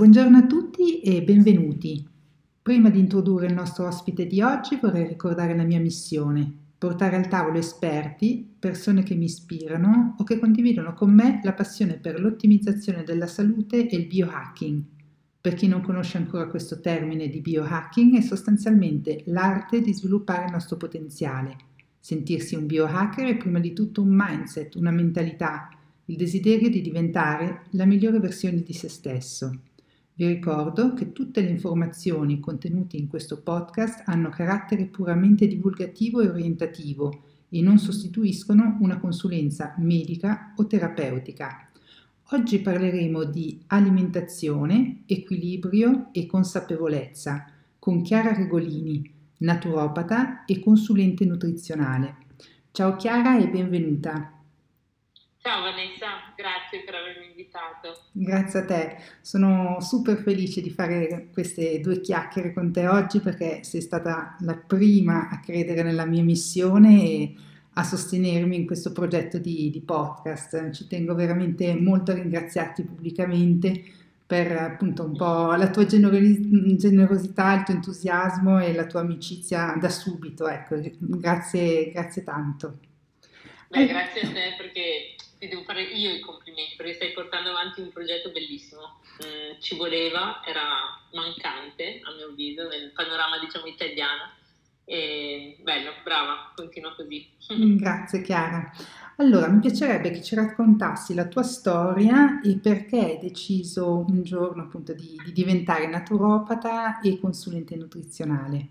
Buongiorno a tutti e benvenuti. Prima di introdurre il nostro ospite di oggi vorrei ricordare la mia missione: portare al tavolo esperti, persone che mi ispirano o che condividono con me la passione per l'ottimizzazione della salute e il biohacking. Per chi non conosce ancora questo termine di biohacking, è sostanzialmente l'arte di sviluppare il nostro potenziale. Sentirsi un biohacker è prima di tutto un mindset, una mentalità, il desiderio di diventare la migliore versione di se stesso. Vi ricordo che tutte le informazioni contenute in questo podcast hanno carattere puramente divulgativo e orientativo e non sostituiscono una consulenza medica o terapeutica. Oggi parleremo di alimentazione, equilibrio e consapevolezza con Chiara Regolini, naturopata e consulente nutrizionale. Ciao Chiara e benvenuta. Ciao Vanessa, grazie per avermi invitato. Grazie a te, sono super felice di fare queste due chiacchiere con te oggi perché sei stata la prima a credere nella mia missione e a sostenermi in questo progetto di podcast. Ci tengo veramente molto a ringraziarti pubblicamente per appunto un po' la tua generosità, il tuo entusiasmo e la tua amicizia da subito. Ecco, grazie, grazie tanto. Beh, grazie a te perché ti devo fare io i complimenti perché stai portando avanti un progetto bellissimo. Ci voleva, era mancante a mio avviso nel panorama diciamo italiano. E bello, brava, continua così. Grazie Chiara. Allora, mi piacerebbe che ci raccontassi la tua storia e perché hai deciso un giorno appunto di diventare naturopata e consulente nutrizionale.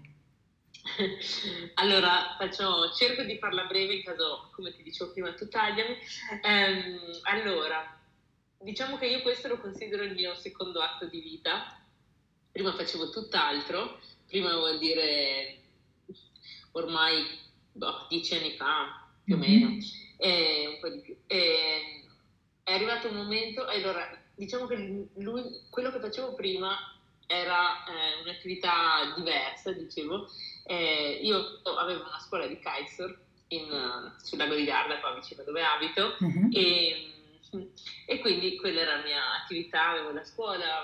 Allora, cerco di farla breve in caso, come ti dicevo prima, tu tagliami. Allora, diciamo che io questo lo considero il mio secondo atto di vita. Prima facevo tutt'altro, prima vuol dire ormai 10 anni fa, più o meno, Mhm. un po' di più. È arrivato un momento, allora, diciamo che quello che facevo prima era un'attività diversa, dicevo. Io avevo una scuola di kitesurf sul lago di Garda, qua vicino dove abito, Mhm. e, e quindi quella era la mia attività, avevo la scuola,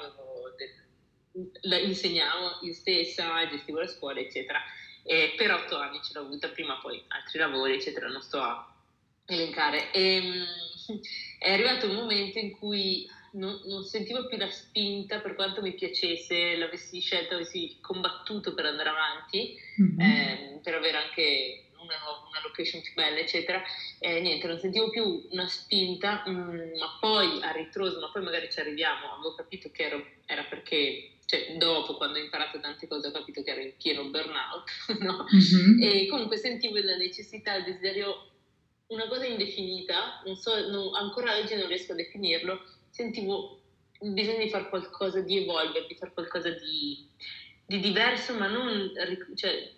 insegnavo io stessa, gestivo la scuola, eccetera. Per 8 anni ce l'ho avuta, prima poi altri lavori, eccetera, non sto a elencare. È arrivato un momento in cui non sentivo più la spinta, per quanto mi piacesse, l'avessi scelto, avessi combattuto per andare avanti, Mhm. per avere anche una location più bella, eccetera. Niente, non sentivo più una spinta, ma poi a ritroso, ma poi magari ci arriviamo, avevo capito che era perché, cioè dopo, quando ho imparato tante cose, ho capito che ero in pieno burnout, no? Mhm. E comunque sentivo la necessità, il desiderio, una cosa indefinita, non so, ancora oggi non riesco a definirlo, sentivo il bisogno di fare qualcosa, di evolvere, di fare qualcosa di diverso, ma non, cioè,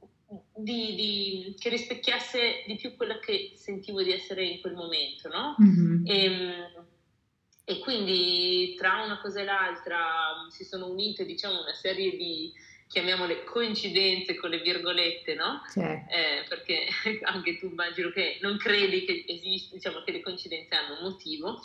che rispecchiasse di più quella che sentivo di essere in quel momento, no? Mhm. E quindi tra una cosa e l'altra si sono unite, diciamo, una serie di, chiamiamole coincidenze con le virgolette, no? Certo. Perché anche tu immagino che non credi che esista, diciamo che le coincidenze hanno un motivo.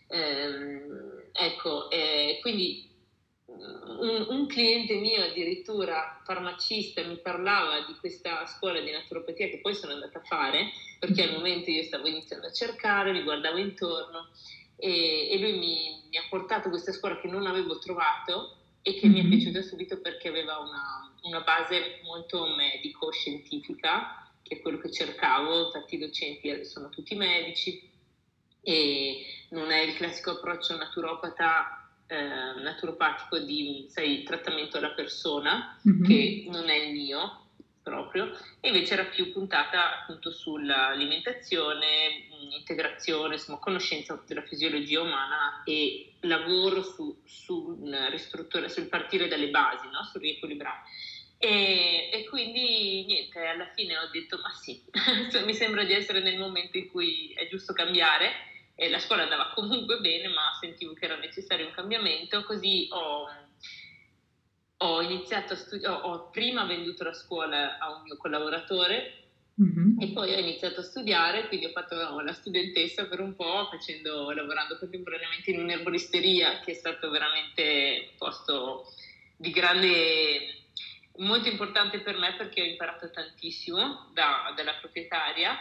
Ecco, quindi un cliente mio, addirittura farmacista, mi parlava di questa scuola di naturopatia che poi sono andata a fare, perché al momento io stavo iniziando a cercare, mi guardavo intorno e lui mi ha portato questa scuola che non avevo trovato e che mi è Mhm. piaciuta subito perché aveva una base molto medico-scientifica, che è quello che cercavo. Infatti i docenti sono tutti medici e non è il classico approccio naturopatico di, sai, trattamento alla persona, Mhm. che non è il mio proprio, e invece era più puntata appunto sull'alimentazione, integrazione, insomma, conoscenza della fisiologia umana e lavoro sul partire dalle basi, no? Sul riequilibrare. E quindi niente, alla fine ho detto ma sì, mi sembra di essere nel momento in cui è giusto cambiare, e la scuola andava comunque bene, ma sentivo che era necessario un cambiamento, così ho iniziato a studiare, ho prima venduto la scuola a un mio collaboratore e Mhm. poi ho iniziato a studiare, quindi ho fatto la studentessa per un po', lavorando contemporaneamente in un'erboristeria, che è stato veramente un po' molto importante per me perché ho imparato tantissimo dalla proprietaria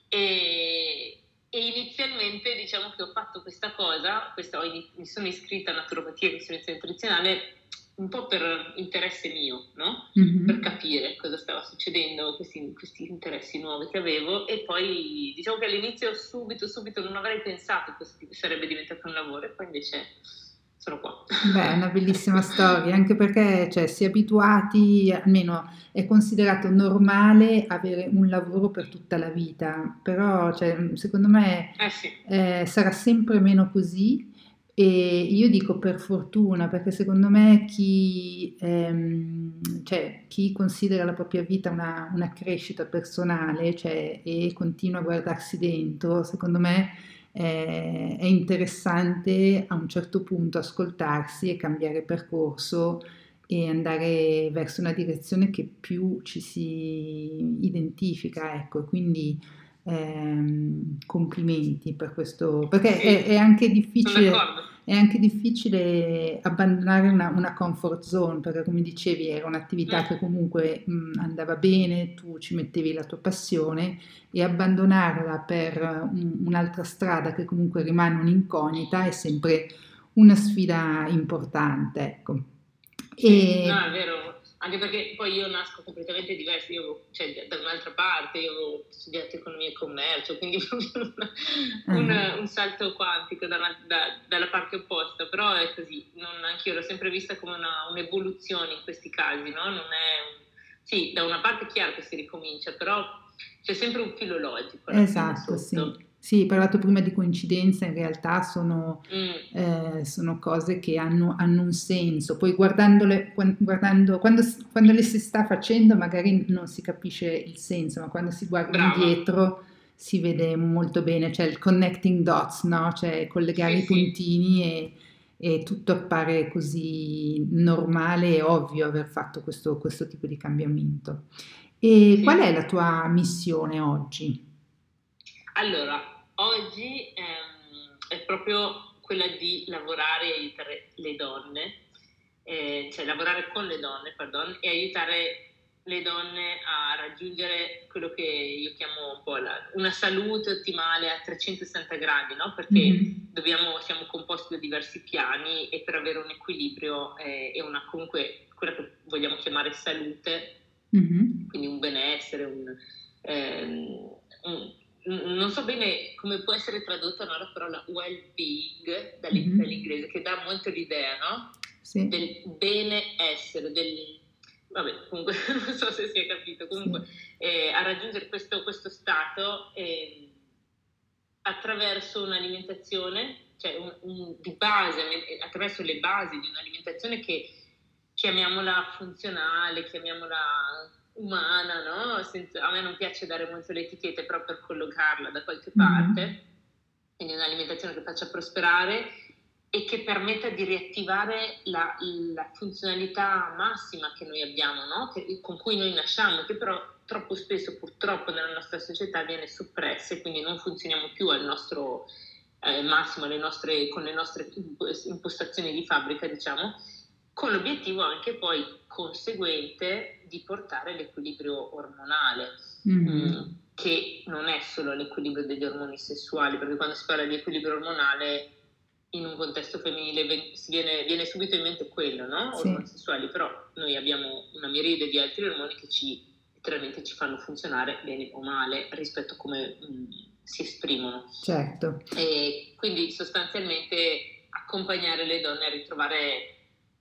e inizialmente diciamo che ho fatto questa cosa, mi sono iscritta a naturopatia e nutrizione nutrizionale un po' per interesse mio, no? Mhm. Per capire cosa stava succedendo, questi interessi nuovi che avevo, e poi diciamo che all'inizio subito non avrei pensato che sarebbe diventato un lavoro, e poi invece sono qua. Beh, è una bellissima storia, anche perché, cioè, si è abituati, almeno è considerato normale avere un lavoro per tutta la vita, però, cioè, secondo me Sì. sarà sempre meno così e io dico per fortuna, perché secondo me cioè, chi considera la propria vita una crescita personale, cioè, e continua a guardarsi dentro, secondo me è interessante a un certo punto ascoltarsi e cambiare percorso e andare verso una direzione che più ci si identifica, ecco, quindi complimenti per questo, perché Sì, sono d'accordo. è anche difficile abbandonare una comfort zone, perché come dicevi era un'attività che comunque andava bene, tu ci mettevi la tua passione e abbandonarla per un'altra strada che comunque rimane un'incognita è sempre una sfida importante, ecco. Sì, no, E è vero, anche perché poi io nasco completamente diversa, cioè, da un'altra parte, io avevo studiato economia e commercio, quindi proprio un salto quantico dalla parte opposta, però è così, anch'io l'ho sempre vista come un'evoluzione in questi casi, no? Sì, da una parte è chiaro che si ricomincia, però c'è sempre un filo logico alla fine esatto, sotto. sì. Sì, hai parlato prima di coincidenza, in realtà sono cose che hanno un senso. Poi guardandole, quando le si sta facendo magari non si capisce il senso, ma quando si guarda Brava, indietro si vede molto bene, cioè il connecting dots, no? Cioè collegare sì, i sì, puntini e tutto appare così normale e ovvio aver fatto questo tipo di cambiamento. E qual è sì. la tua missione oggi? Allora, oggi è proprio quella di lavorare e aiutare le donne, cioè lavorare con le donne, pardon, e aiutare le donne a raggiungere quello che io chiamo un po' una salute ottimale a 360 gradi, no? Perché Mhm. siamo composti da diversi piani e per avere un equilibrio e comunque quella che vogliamo chiamare salute, Mhm. quindi un benessere, non so bene come può essere tradotta, no, la parola well-being Mhm. dall'inglese, che dà molto l'idea, no? Sì, Del benessere, vabbè, comunque non so se si è capito, sì. comunque a raggiungere questo stato attraverso un'alimentazione, cioè di base, attraverso le basi di un'alimentazione che chiamiamola funzionale, chiamiamola umana, no? A me non piace dare molto le etichette, però per collocarla da qualche Mhm. parte, quindi un'alimentazione che faccia prosperare e che permetta di riattivare la funzionalità massima che noi abbiamo, no? Con cui noi nasciamo, che però troppo spesso purtroppo nella nostra società viene soppressa e quindi non funzioniamo più al nostro massimo, con le nostre impostazioni di fabbrica, diciamo, con l'obiettivo anche poi conseguente di portare l'equilibrio ormonale, Mhm. che non è solo l'equilibrio degli ormoni sessuali, perché quando si parla di equilibrio ormonale in un contesto femminile viene subito in mente quello, no? Ormoni Sì, sessuali, però noi abbiamo una miriade di altri ormoni che letteralmente ci fanno funzionare bene o male rispetto a come si esprimono. certo. E quindi sostanzialmente accompagnare le donne a ritrovare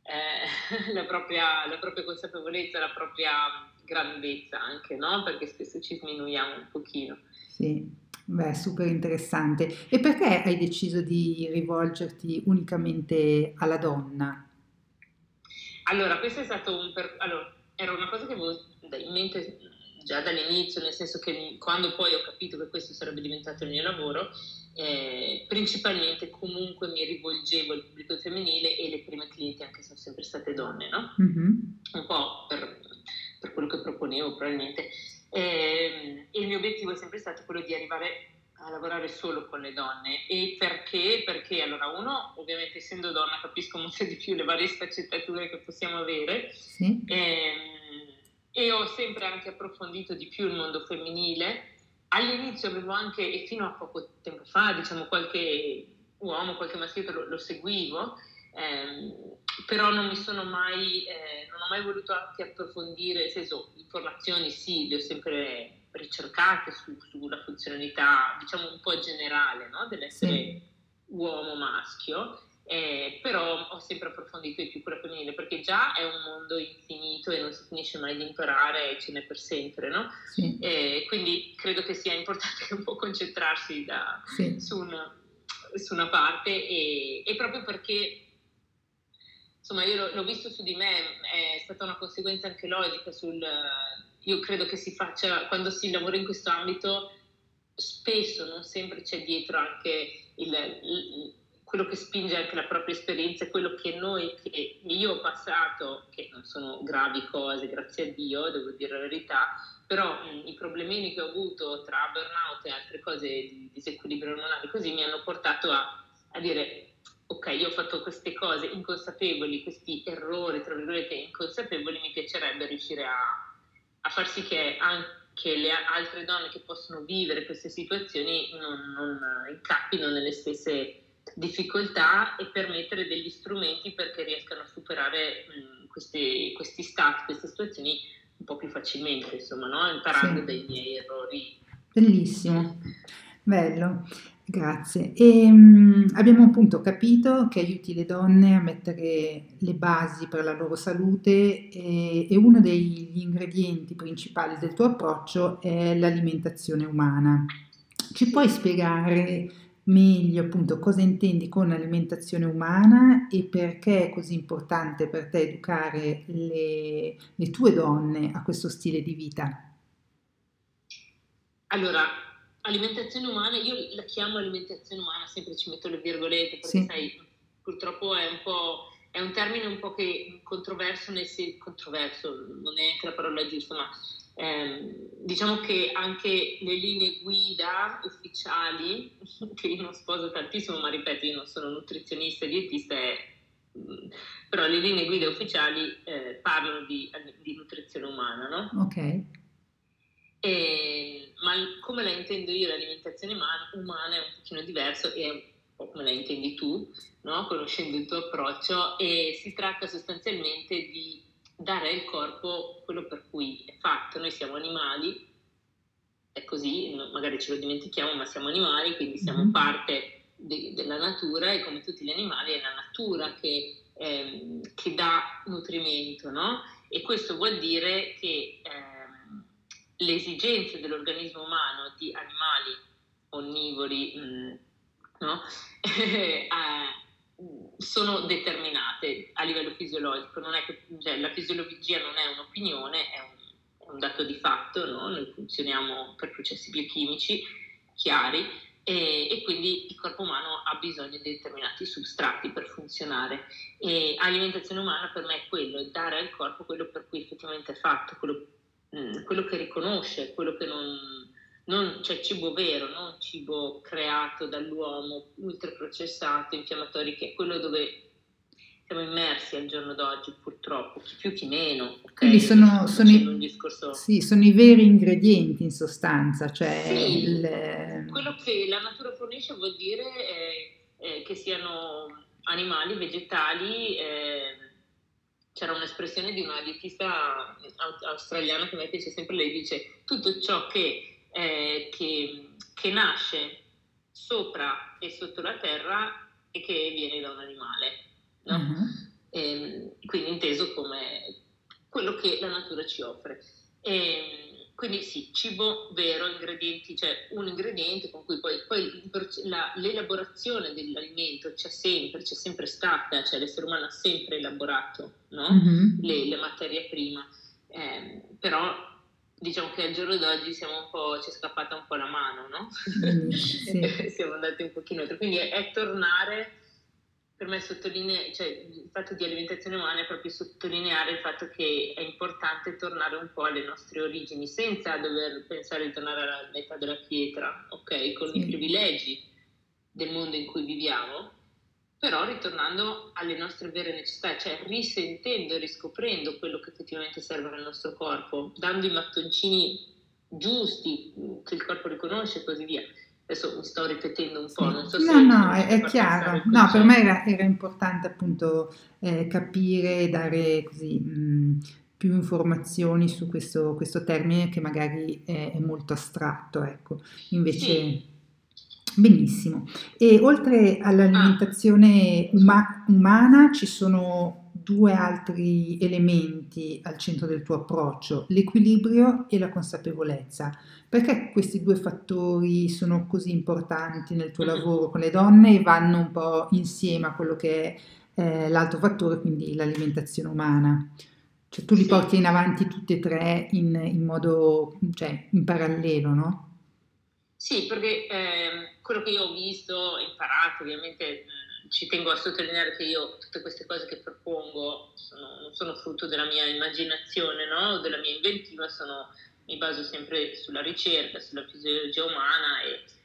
la propria consapevolezza, la propria grandezza anche, no? Perché spesso ci sminuiamo un pochino. Sì, beh, super interessante. E perché hai deciso di rivolgerti unicamente alla donna? Allora, questo è stato allora, era una cosa che avevo in mente già dall'inizio, nel senso che quando poi ho capito che questo sarebbe diventato il mio lavoro, principalmente comunque mi rivolgevo al pubblico femminile e le prime clienti anche sono sempre state donne, no? Mhm. Un po' per quello che proponevo probabilmente. Il mio obiettivo è sempre stato quello di arrivare a lavorare solo con le donne. E perché? Perché allora uno, ovviamente essendo donna capisco molto di più le varie sfaccettature che possiamo avere, Sì, e ho sempre anche approfondito di più il mondo femminile. All'inizio avevo anche, e fino a poco tempo fa, diciamo, qualche uomo, qualche maschietto lo seguivo, però non mi sono mai, non ho mai voluto anche approfondire, nel senso, informazioni sì, le ho sempre ricercate sulla funzionalità, diciamo, un po' generale, no? Dell'essere sì, uomo-maschio, però ho sempre approfondito di più quella femminile, perché già è un mondo infinito e non si finisce mai di imparare e ce n'è per sempre, no? sì, Quindi credo che sia importante un po' concentrarsi sì, su una parte, e proprio perché insomma io l'ho visto su di me, è stata una conseguenza anche logica io credo che si faccia, quando si lavora in questo ambito, spesso, non sempre c'è dietro anche quello che spinge anche la propria esperienza, quello che io ho passato, che non sono gravi cose, grazie a Dio, devo dire la verità, però i problemini che ho avuto tra burnout e altre cose di disequilibrio ormonale così mi hanno portato a dire ok, io ho fatto queste cose inconsapevoli, questi errori, tra virgolette, inconsapevoli, mi piacerebbe riuscire a far sì che anche le altre donne che possono vivere queste situazioni non incappino nelle stesse difficoltà, e permettere degli strumenti perché riescano a superare questi stati, queste situazioni un po' più facilmente, insomma, no? Imparando sì. dai miei errori. Bellissimo, bello, grazie. Abbiamo appunto capito che aiuti le donne a mettere le basi per la loro salute e uno degli ingredienti principali del tuo approccio è l'alimentazione umana. Ci puoi Sì. spiegare meglio appunto cosa intendi con alimentazione umana e perché è così importante per te educare le tue donne a questo stile di vita? Allora, alimentazione umana, io la chiamo alimentazione umana, sempre ci metto le virgolette, perché Sì. sai, purtroppo è un termine un po' che controverso, controverso, non è neanche la parola giusta, ma diciamo che anche le linee guida ufficiali, che io non sposo tantissimo, ma ripeto, io non sono nutrizionista e dietista, però le linee guida ufficiali parlano di nutrizione umana, no? Ok. Ma come la intendo io l'alimentazione umana è un pochino diverso, e è un po' come la intendi tu, no? Conoscendo il tuo approccio, e si tratta sostanzialmente di dare al corpo quello per cui è fatto. Noi siamo animali, è così, magari ce lo dimentichiamo, ma siamo animali, quindi siamo Mhm. parte della natura, e come tutti gli animali è la natura che dà nutrimento, no? E questo vuol dire che le esigenze dell'organismo umano di animali onnivori, no? Sono determinate a livello fisiologico. Non è che, cioè, la fisiologia non è un'opinione, è un dato di fatto, no? Noi funzioniamo per processi biochimici chiari, e quindi il corpo umano ha bisogno di determinati substrati per funzionare. E alimentazione umana per me è quello, è dare al corpo quello per cui effettivamente è fatto, quello che riconosce, quello che cioè cibo vero, non cibo creato dall'uomo, ultraprocessato, infiammatori, che è quello dove siamo immersi al giorno d'oggi, purtroppo, chi più chi meno, ok? Quindi Io adesso sono, sto sono facendo un i, discorso. sì, sono i veri ingredienti in sostanza, cioè Sì, quello che la natura fornisce vuol dire che siano animali, vegetali. C'era un'espressione di una dietista australiana che a me piace sempre, lei dice tutto ciò che nasce sopra e sotto la terra e che viene da un animale, no? ah, Quindi inteso come quello che la natura ci offre. Quindi sì, cibo vero, ingredienti, cioè un ingrediente con cui poi l'elaborazione dell'alimento c'è sempre stata, cioè l'essere umano ha sempre elaborato, no? mhm, Le materie prima. Però diciamo che al giorno d'oggi ci è scappata un po' la mano, no? benissimo, sì, Siamo andati un pochino oltre. Quindi è tornare per me cioè, il fatto di alimentazione umana è proprio sottolineare il fatto che è importante tornare un po' alle nostre origini, senza dover pensare di tornare all'età della pietra, ok? Con i privilegi del mondo in cui viviamo, però ritornando alle nostre vere necessità, cioè risentendo e riscoprendo quello che effettivamente serve al nostro corpo, dando i mattoncini giusti che il corpo riconosce e così via. Adesso mi sto ripetendo un po', non so se no, riesco è a far passare chiaro. il No, per me concetto. era importante appunto capire e dare così più informazioni su questo termine che magari è molto astratto, ecco. Invece, Sì, benissimo. E oltre ah, all'alimentazione scusa. umana ci sono due altri elementi al centro del tuo approccio, l'equilibrio e la consapevolezza. Perché questi due fattori sono così importanti nel tuo Mhm. lavoro con le donne e vanno un po' insieme a quello che è l'altro fattore, quindi l'alimentazione umana? Cioè tu li porti Sì. in avanti tutti e tre in modo, cioè in parallelo, no? Sì, perché quello che io ho visto, imparato, ovviamente ci tengo a sottolineare che io tutte queste cose che propongo non sono frutto della mia immaginazione, no? O della mia inventiva, mi baso sempre sulla ricerca, sulla fisiologia umana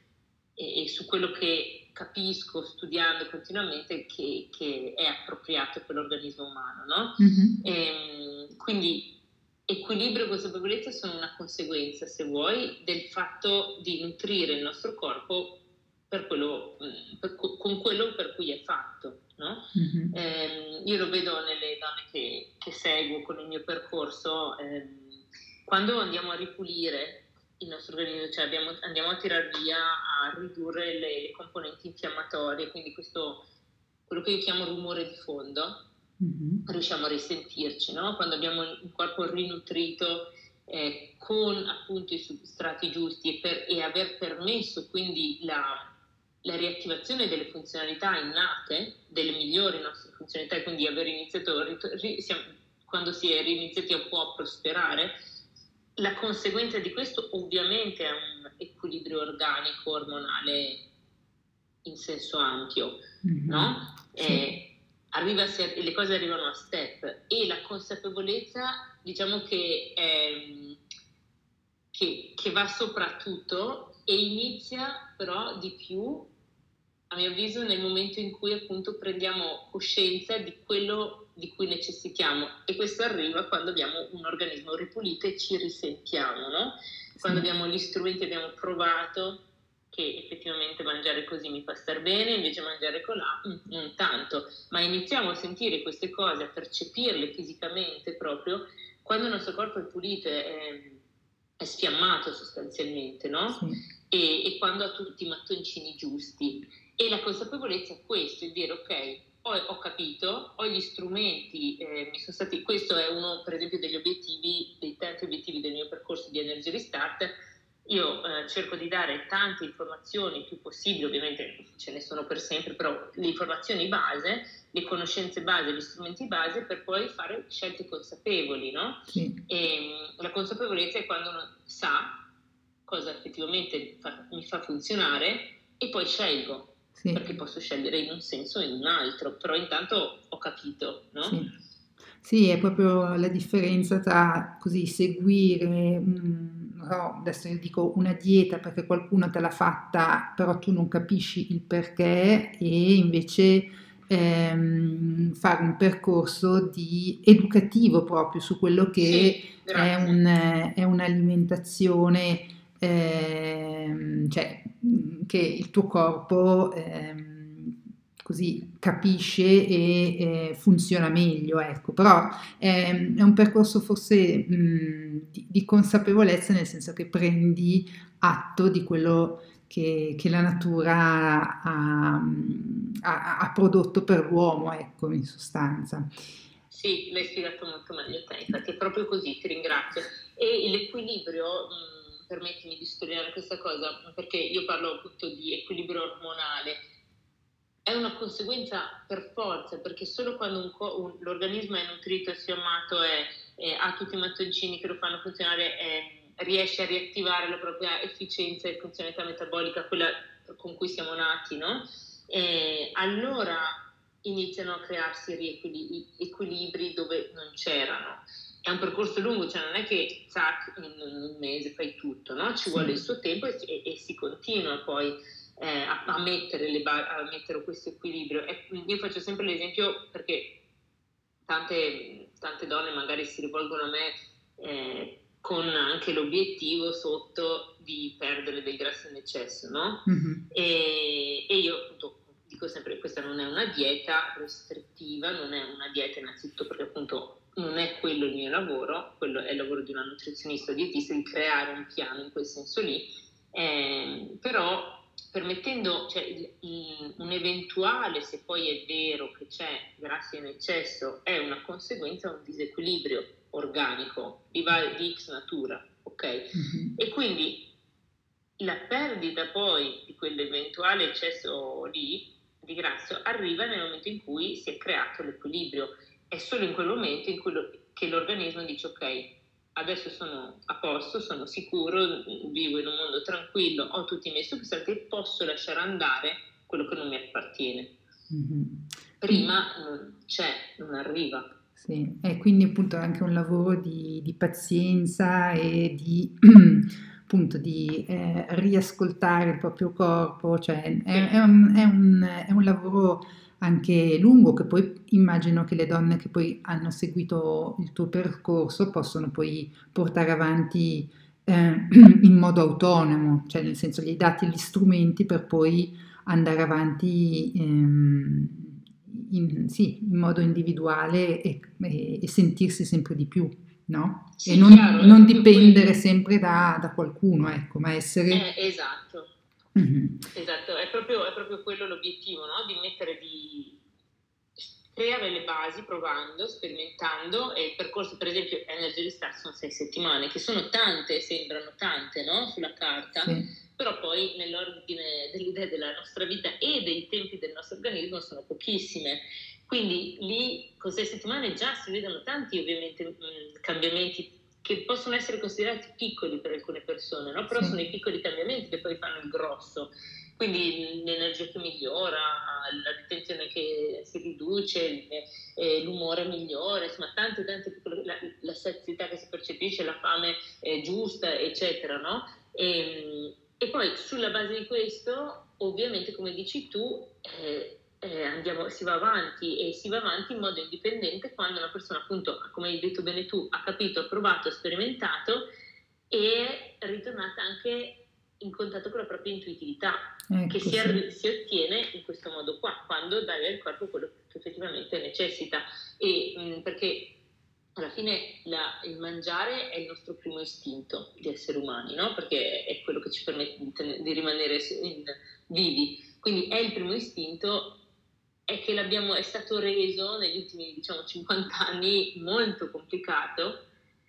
e su quello che capisco studiando continuamente che è appropriato per l'organismo umano, no? Mhm. Quindi equilibrio e consapevolezza sono una conseguenza, se vuoi, del fatto di nutrire il nostro corpo per quello, con quello per cui è fatto, no? Mhm. Io lo vedo nelle donne che seguo con il mio percorso, quando andiamo a ripulire il nostro organismo, cioè andiamo a tirar via, a ridurre le componenti infiammatorie, quindi quello che io chiamo rumore di fondo, Mhm. riusciamo a risentirci, no? Quando abbiamo un corpo rinutrito con appunto i substrati giusti e aver permesso quindi la riattivazione delle funzionalità innate, delle migliori nostre funzionalità, quindi aver iniziato, quando si è iniziati un po' a prosperare, la conseguenza di questo ovviamente è un equilibrio organico, ormonale in senso ampio, Mhm. no? Sì, Le cose arrivano a step e la consapevolezza, diciamo che va soprattutto e inizia però di più, a mio avviso, nel momento in cui appunto prendiamo coscienza di quello di cui necessitiamo e questo arriva quando abbiamo un organismo ripulito e ci risentiamo, no? Quando sì. abbiamo gli strumenti, abbiamo provato che effettivamente mangiare così mi fa star bene, invece mangiare colà non tanto, ma iniziamo a sentire queste cose, a percepirle fisicamente proprio quando il nostro corpo è pulito, è sfiammato sostanzialmente, no? Sì, E quando ha tutti i mattoncini giusti. E la consapevolezza è questo, il dire ok, ho capito, ho gli strumenti, questo è uno per esempio degli obiettivi, dei tanti obiettivi del mio percorso di Energy Restart. Io cerco di dare tante informazioni, più possibili, ovviamente ce ne sono per sempre, però le informazioni base, le conoscenze base, gli strumenti base per poi fare scelte consapevoli, no? sì, E la consapevolezza è quando uno sa cosa effettivamente mi fa funzionare e poi scelgo, sì. perché posso scegliere in un senso o in un altro, però intanto ho capito, no? Sì. Sì, è proprio la differenza tra così seguire, non so, adesso io dico una dieta perché qualcuno te l'ha fatta, però tu non capisci il perché e invece fare un percorso educativo proprio su quello che Sì, è, grazie. è un'alimentazione, cioè che il tuo corpo così capisce e funziona meglio, ecco. Però è un percorso forse di consapevolezza, nel senso che prendi atto di quello che la natura ha prodotto per l'uomo, ecco, in sostanza. Sì, l'hai spiegato molto meglio te, infatti è proprio così, ti ringrazio. E l'equilibrio, permettimi di sottolineare questa cosa, perché io parlo appunto di equilibrio ormonale, è una conseguenza per forza, perché solo quando l'organismo è nutrito, è sfiammato, ha tutti i mattoncini che lo fanno funzionare, riesce a riattivare la propria efficienza e funzionalità metabolica, quella con cui siamo nati, no? Allora iniziano a crearsi equilibri dove non c'erano. È un percorso lungo, cioè non è che zac, in un mese fai tutto, no? Ci vuole il suo tempo e si continua poi a mettere, a mettere questo equilibrio. Io faccio sempre l'esempio perché tante donne magari si rivolgono a me con anche l'obiettivo sotto di perdere dei grassi in eccesso, no? Mhm. E io appunto dico sempre che questa non è una dieta restrittiva, non è una dieta innanzitutto perché appunto non è quello il mio lavoro, quello è il lavoro di una nutrizionista o dietista, di creare un piano in quel senso lì, però permettendo, cioè, un eventuale, se poi è vero che c'è grassi in eccesso, è una conseguenza, un disequilibrio organico di X natura, ok? Mhm. E quindi la perdita poi di quell'eventuale eccesso lì di grasso arriva nel momento in cui si è creato l'equilibrio. È solo in quel momento in cui che l'organismo dice ok, adesso sono a posto, sono sicuro, vivo in un mondo tranquillo, ho tutti i miei substrati, posso lasciare andare quello che non mi appartiene. Mm-hmm. Prima non c'è, non arriva. Sì, e quindi appunto è anche un lavoro di pazienza e di, appunto, di riascoltare il proprio corpo, cioè è un lavoro anche lungo che poi immagino che le donne che poi hanno seguito il tuo percorso possono poi portare avanti in modo autonomo, cioè nel senso gli hai dati gli strumenti per poi andare avanti sì, in modo individuale e sentirsi sempre di più, no? Sì, E chiaro, non dipendere sempre da qualcuno, ecco, ma essere... esatto. Mhm. Esatto, è proprio quello l'obiettivo, no? Di creare le basi provando, sperimentando, e il percorso, per esempio, Energy Restart sono 6 settimane, che sono tante, sembrano tante, no? Sulla carta, Sì. però poi nell'ordine dell'idea della nostra vita e dei tempi del nostro organismo sono pochissime. Quindi lì con 6 settimane già si vedono tanti ovviamente cambiamenti che possono essere considerati piccoli per alcune persone, no? Però Sì. sono i piccoli cambiamenti che poi fanno il grosso. Quindi l'energia che migliora, la ritenzione che si riduce, l'umore migliore, insomma tante piccole, la sazietà che si percepisce, la fame giusta, eccetera, no? E poi sulla base di questo, ovviamente, come dici tu, si va avanti e si va avanti in modo indipendente quando una persona, appunto, come hai detto bene tu, ha capito, ha provato, ha sperimentato e è ritornata anche in contatto con la propria intuitività, che Ecco, sì. si ottiene in questo modo qua, quando dai al corpo quello che effettivamente necessita. Perché alla fine il mangiare è il nostro primo istinto di esseri umani, no? Perché è quello che ci permette di rimanere vivi. Quindi è il primo istinto, è che è stato reso negli ultimi, diciamo, 50 anni molto complicato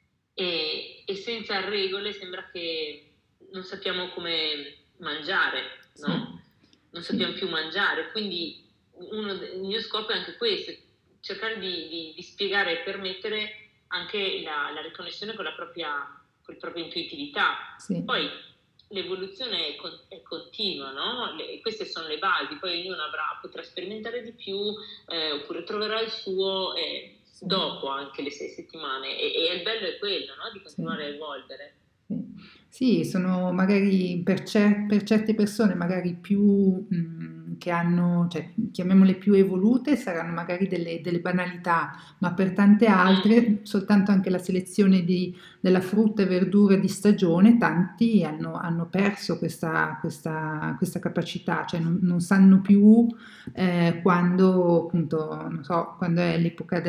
e senza regole sembra che non sappiamo come mangiare, no? Non sappiamo più mangiare, quindi il mio scopo è anche questo, cercare di spiegare e permettere anche la riconnessione con con la propria intuitività. Sì. Poi l'evoluzione è continua, no? Queste sono le basi, poi ognuno potrà sperimentare di più, oppure troverà il suo dopo anche le 6 settimane e il bello è quello, no? Di continuare a evolvere. Sì, sono magari per certe persone magari più che hanno, cioè, chiamiamole più evolute, saranno magari delle banalità, ma per tante altre, soltanto anche la selezione della frutta e verdura di stagione, tanti hanno perso questa capacità, cioè non sanno più quando appunto, non so, quando è l'epoca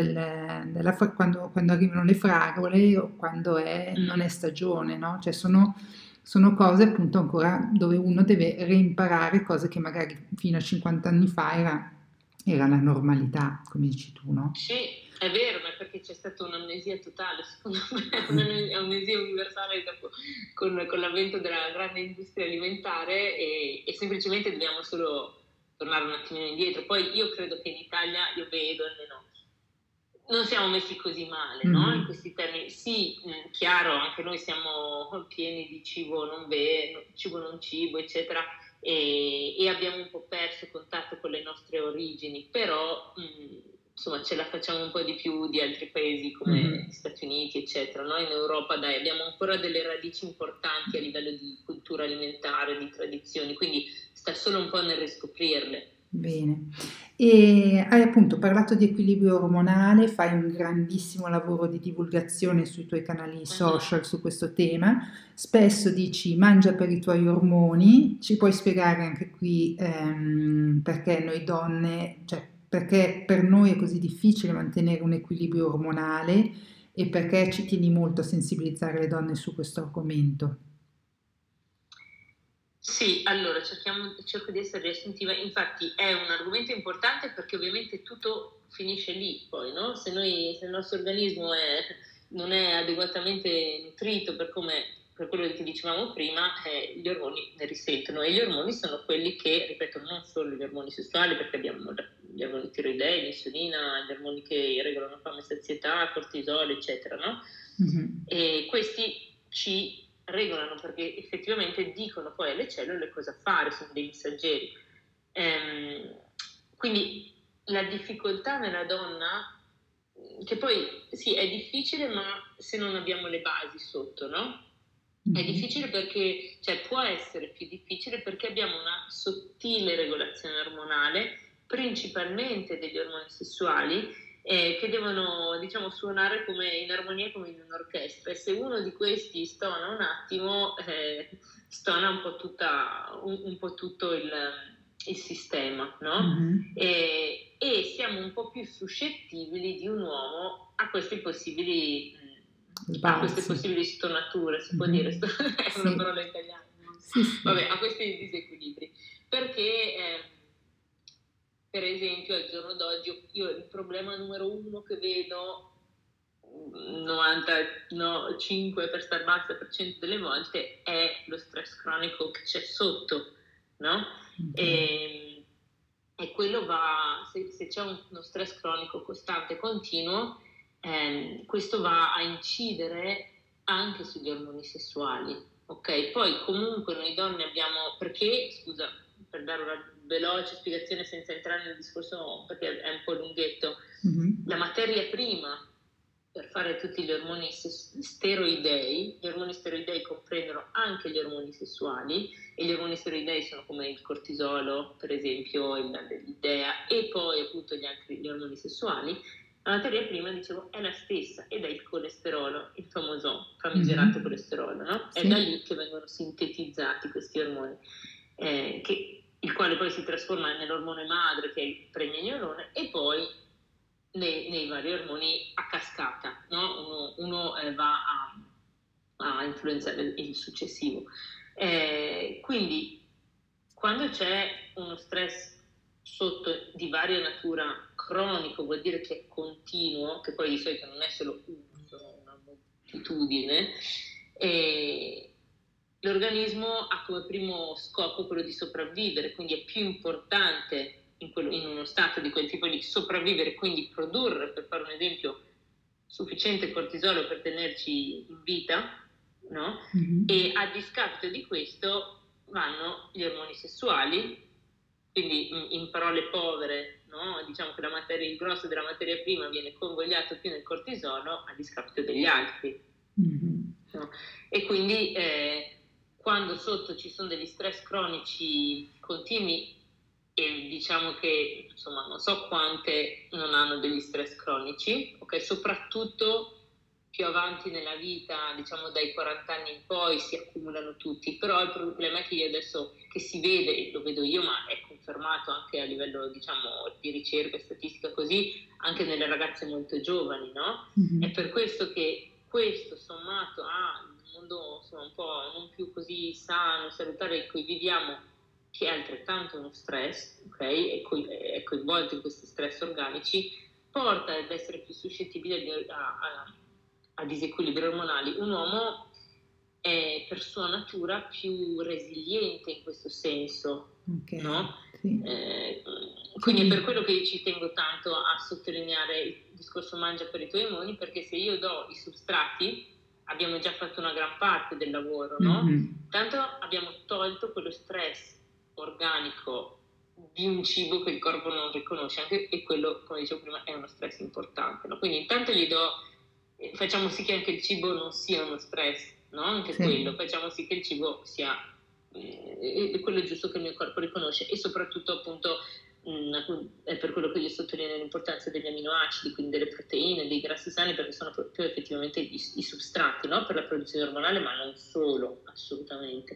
quando arrivano le fragole o quando non è stagione, no? Cioè sono cose appunto ancora dove uno deve reimparare cose che magari fino a 50 anni fa era la normalità, come dici tu, no? Sì, è vero, ma perché c'è stata un'amnesia totale, secondo me, un'amnesia universale dopo, con l'avvento della grande industria alimentare e semplicemente dobbiamo solo tornare un attimino indietro. Poi io credo che in Italia, io vedo almeno, non siamo messi così male, no? In questi termini. Sì, chiaro, anche noi siamo pieni di cibo non vero, cibo non cibo, eccetera, e abbiamo un po' perso contatto con le nostre origini, però insomma ce la facciamo un po' di più di altri paesi come gli Stati Uniti, eccetera. Noi in Europa, dai, abbiamo ancora delle radici importanti a livello di cultura alimentare, di tradizioni, quindi sta solo un po' nel riscoprirle. Bene. E hai appunto parlato di equilibrio ormonale, fai un grandissimo lavoro di divulgazione sui tuoi canali social su questo tema. Spesso dici mangia per i tuoi ormoni, ci puoi spiegare anche qui perché noi donne, cioè perché per noi è così difficile mantenere un equilibrio ormonale e perché ci tieni molto a sensibilizzare le donne su questo argomento. Sì, allora cerco di essere riassuntiva, infatti è un argomento importante perché ovviamente tutto finisce lì poi, no? Se il nostro organismo non è adeguatamente nutrito per quello che dicevamo prima, gli ormoni ne risentono e gli ormoni sono quelli che, ripeto, non solo gli ormoni sessuali perché abbiamo gli ormoni tiroidei, l'insulina, gli ormoni che regolano fame e sazietà, cortisolo, eccetera, no? E questi ci regolano perché effettivamente dicono poi alle cellule cosa fare, sono dei messaggeri. Quindi la difficoltà nella donna, che poi sì è difficile ma se non abbiamo le basi sotto, no? È difficile perché, cioè può essere più difficile perché abbiamo una sottile regolazione ormonale, principalmente degli ormoni sessuali, che devono, diciamo, suonare in armonia come in un'orchestra. E se uno di questi stona un attimo, stona un po' tutto il sistema, no? E siamo un po' più suscettibili di un uomo a queste possibili stonature, si può dire, è una parola italiana, no? Sì. Vabbè, a questi disequilibri, perché per esempio al giorno d'oggi io il problema numero uno che vedo 95 per star bassa per cento delle volte è lo stress cronico che c'è sotto, no? E quello se c'è uno stress cronico costante e continuo, questo va a incidere anche sugli ormoni sessuali, ok? Poi comunque noi donne abbiamo, perché, scusa, per dare una veloce spiegazione senza entrare nel discorso perché è un po' lunghetto, la materia prima per fare tutti gli ormoni steroidei, gli ormoni steroidei comprendono anche gli ormoni sessuali e gli ormoni steroidei sono come il cortisolo, per esempio, l'idea e poi appunto gli ormoni sessuali. La materia prima, dicevo, è la stessa ed è il colesterolo, il famoso famigerato colesterolo, no? Sì. È da lì che vengono sintetizzati questi ormoni, il quale poi si trasforma nell'ormone madre che è il pregnenolone e poi nei vari ormoni a cascata, no? Uno va a influenzare il successivo. Quindi quando c'è uno stress sotto di varia natura cronico, vuol dire che è continuo, che poi di solito non è solo uno, sono una moltitudine, l'organismo ha come primo scopo quello di sopravvivere, quindi è più importante in uno stato di quel tipo di sopravvivere, quindi produrre, per fare un esempio, sufficiente cortisolo per tenerci in vita, no? E a discapito di questo vanno gli ormoni sessuali, quindi in parole povere, no? Diciamo che il grosso della materia prima viene convogliato più nel cortisolo a discapito degli altri. No? E quindi quando sotto ci sono degli stress cronici continui, e diciamo che insomma non so quante non hanno degli stress cronici, ok? Soprattutto più avanti nella vita, diciamo dai 40 anni in poi si accumulano tutti, però il problema è che io adesso che si vede, lo vedo io, ma è confermato anche a livello diciamo di ricerca e statistica così, anche nelle ragazze molto giovani, no? È per questo che questo sommato a un mondo insomma un po' non più così sano, salutare in cui viviamo, che è altrettanto uno stress, ok? È coinvolto in questi stress organici, porta ad essere più suscettibile a disequilibri ormonali. Un uomo è per sua natura più resiliente in questo senso, no? Sì. Quindi è per quello che ci tengo tanto a sottolineare il discorso mangia per i tuoi ormoni, perché se io do i substrati abbiamo già fatto una gran parte del lavoro, no? Tanto abbiamo tolto quello stress organico di un cibo che il corpo non riconosce, anche, e quello, come dicevo prima, è uno stress importante, no? Quindi intanto facciamo sì che anche il cibo non sia uno stress, no? Anche quello, facciamo sì che il cibo sia quello giusto che il mio corpo riconosce, e soprattutto appunto è per quello che io sottolineo l'importanza degli aminoacidi, quindi delle proteine, dei grassi sani, perché sono proprio effettivamente i substrati, no? Per la produzione ormonale, ma non solo, assolutamente.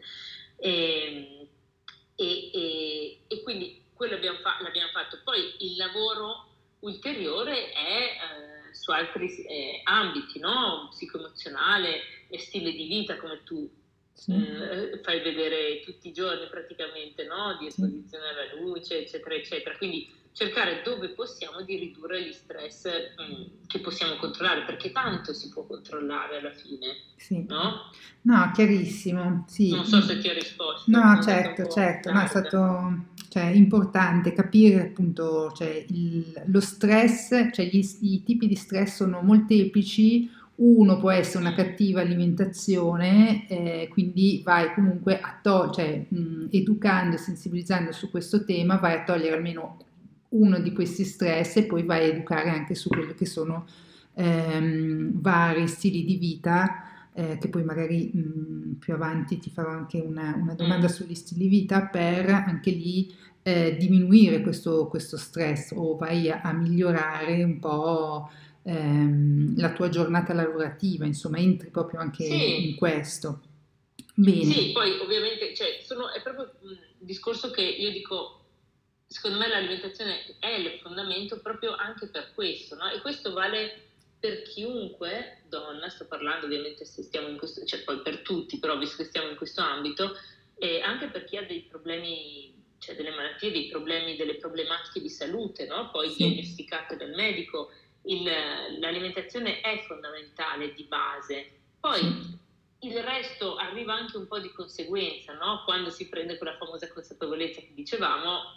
E quindi quello l'abbiamo fatto. Poi il lavoro ulteriore è su altri ambiti, no? Psicoemozionale e stile di vita, come tu fai vedere tutti i giorni praticamente, no? Di esposizione alla luce, eccetera, eccetera. Quindi cercare dove possiamo di ridurre gli stress che possiamo controllare, perché tanto si può controllare alla fine, no? No, chiarissimo, sì. Non so se ti ha risposto. No, certo, no, è stato importante capire appunto lo stress, cioè i tipi di stress sono molteplici. Uno può essere una cattiva alimentazione, quindi vai comunque educando e sensibilizzando su questo tema, vai a togliere almeno uno di questi stress e poi vai a educare anche su quello che sono vari stili di vita, che poi magari più avanti ti farò anche una domanda sugli stili di vita per anche lì diminuire questo stress, o vai a migliorare un po' la tua giornata lavorativa, insomma entri proprio anche in questo. Bene. Sì, poi ovviamente è proprio un discorso che io dico, secondo me l'alimentazione è il fondamento proprio anche per questo, no? E questo vale per chiunque donna, sto parlando ovviamente se stiamo in questo, cioè poi per tutti, però visto che stiamo in questo ambito, e anche per chi ha dei problemi, cioè delle malattie, dei problemi, delle problematiche di salute, no? Poi diagnosticate dal medico, l'alimentazione è fondamentale di base. Poi il resto arriva anche un po' di conseguenza, no? Quando si prende quella famosa consapevolezza che dicevamo,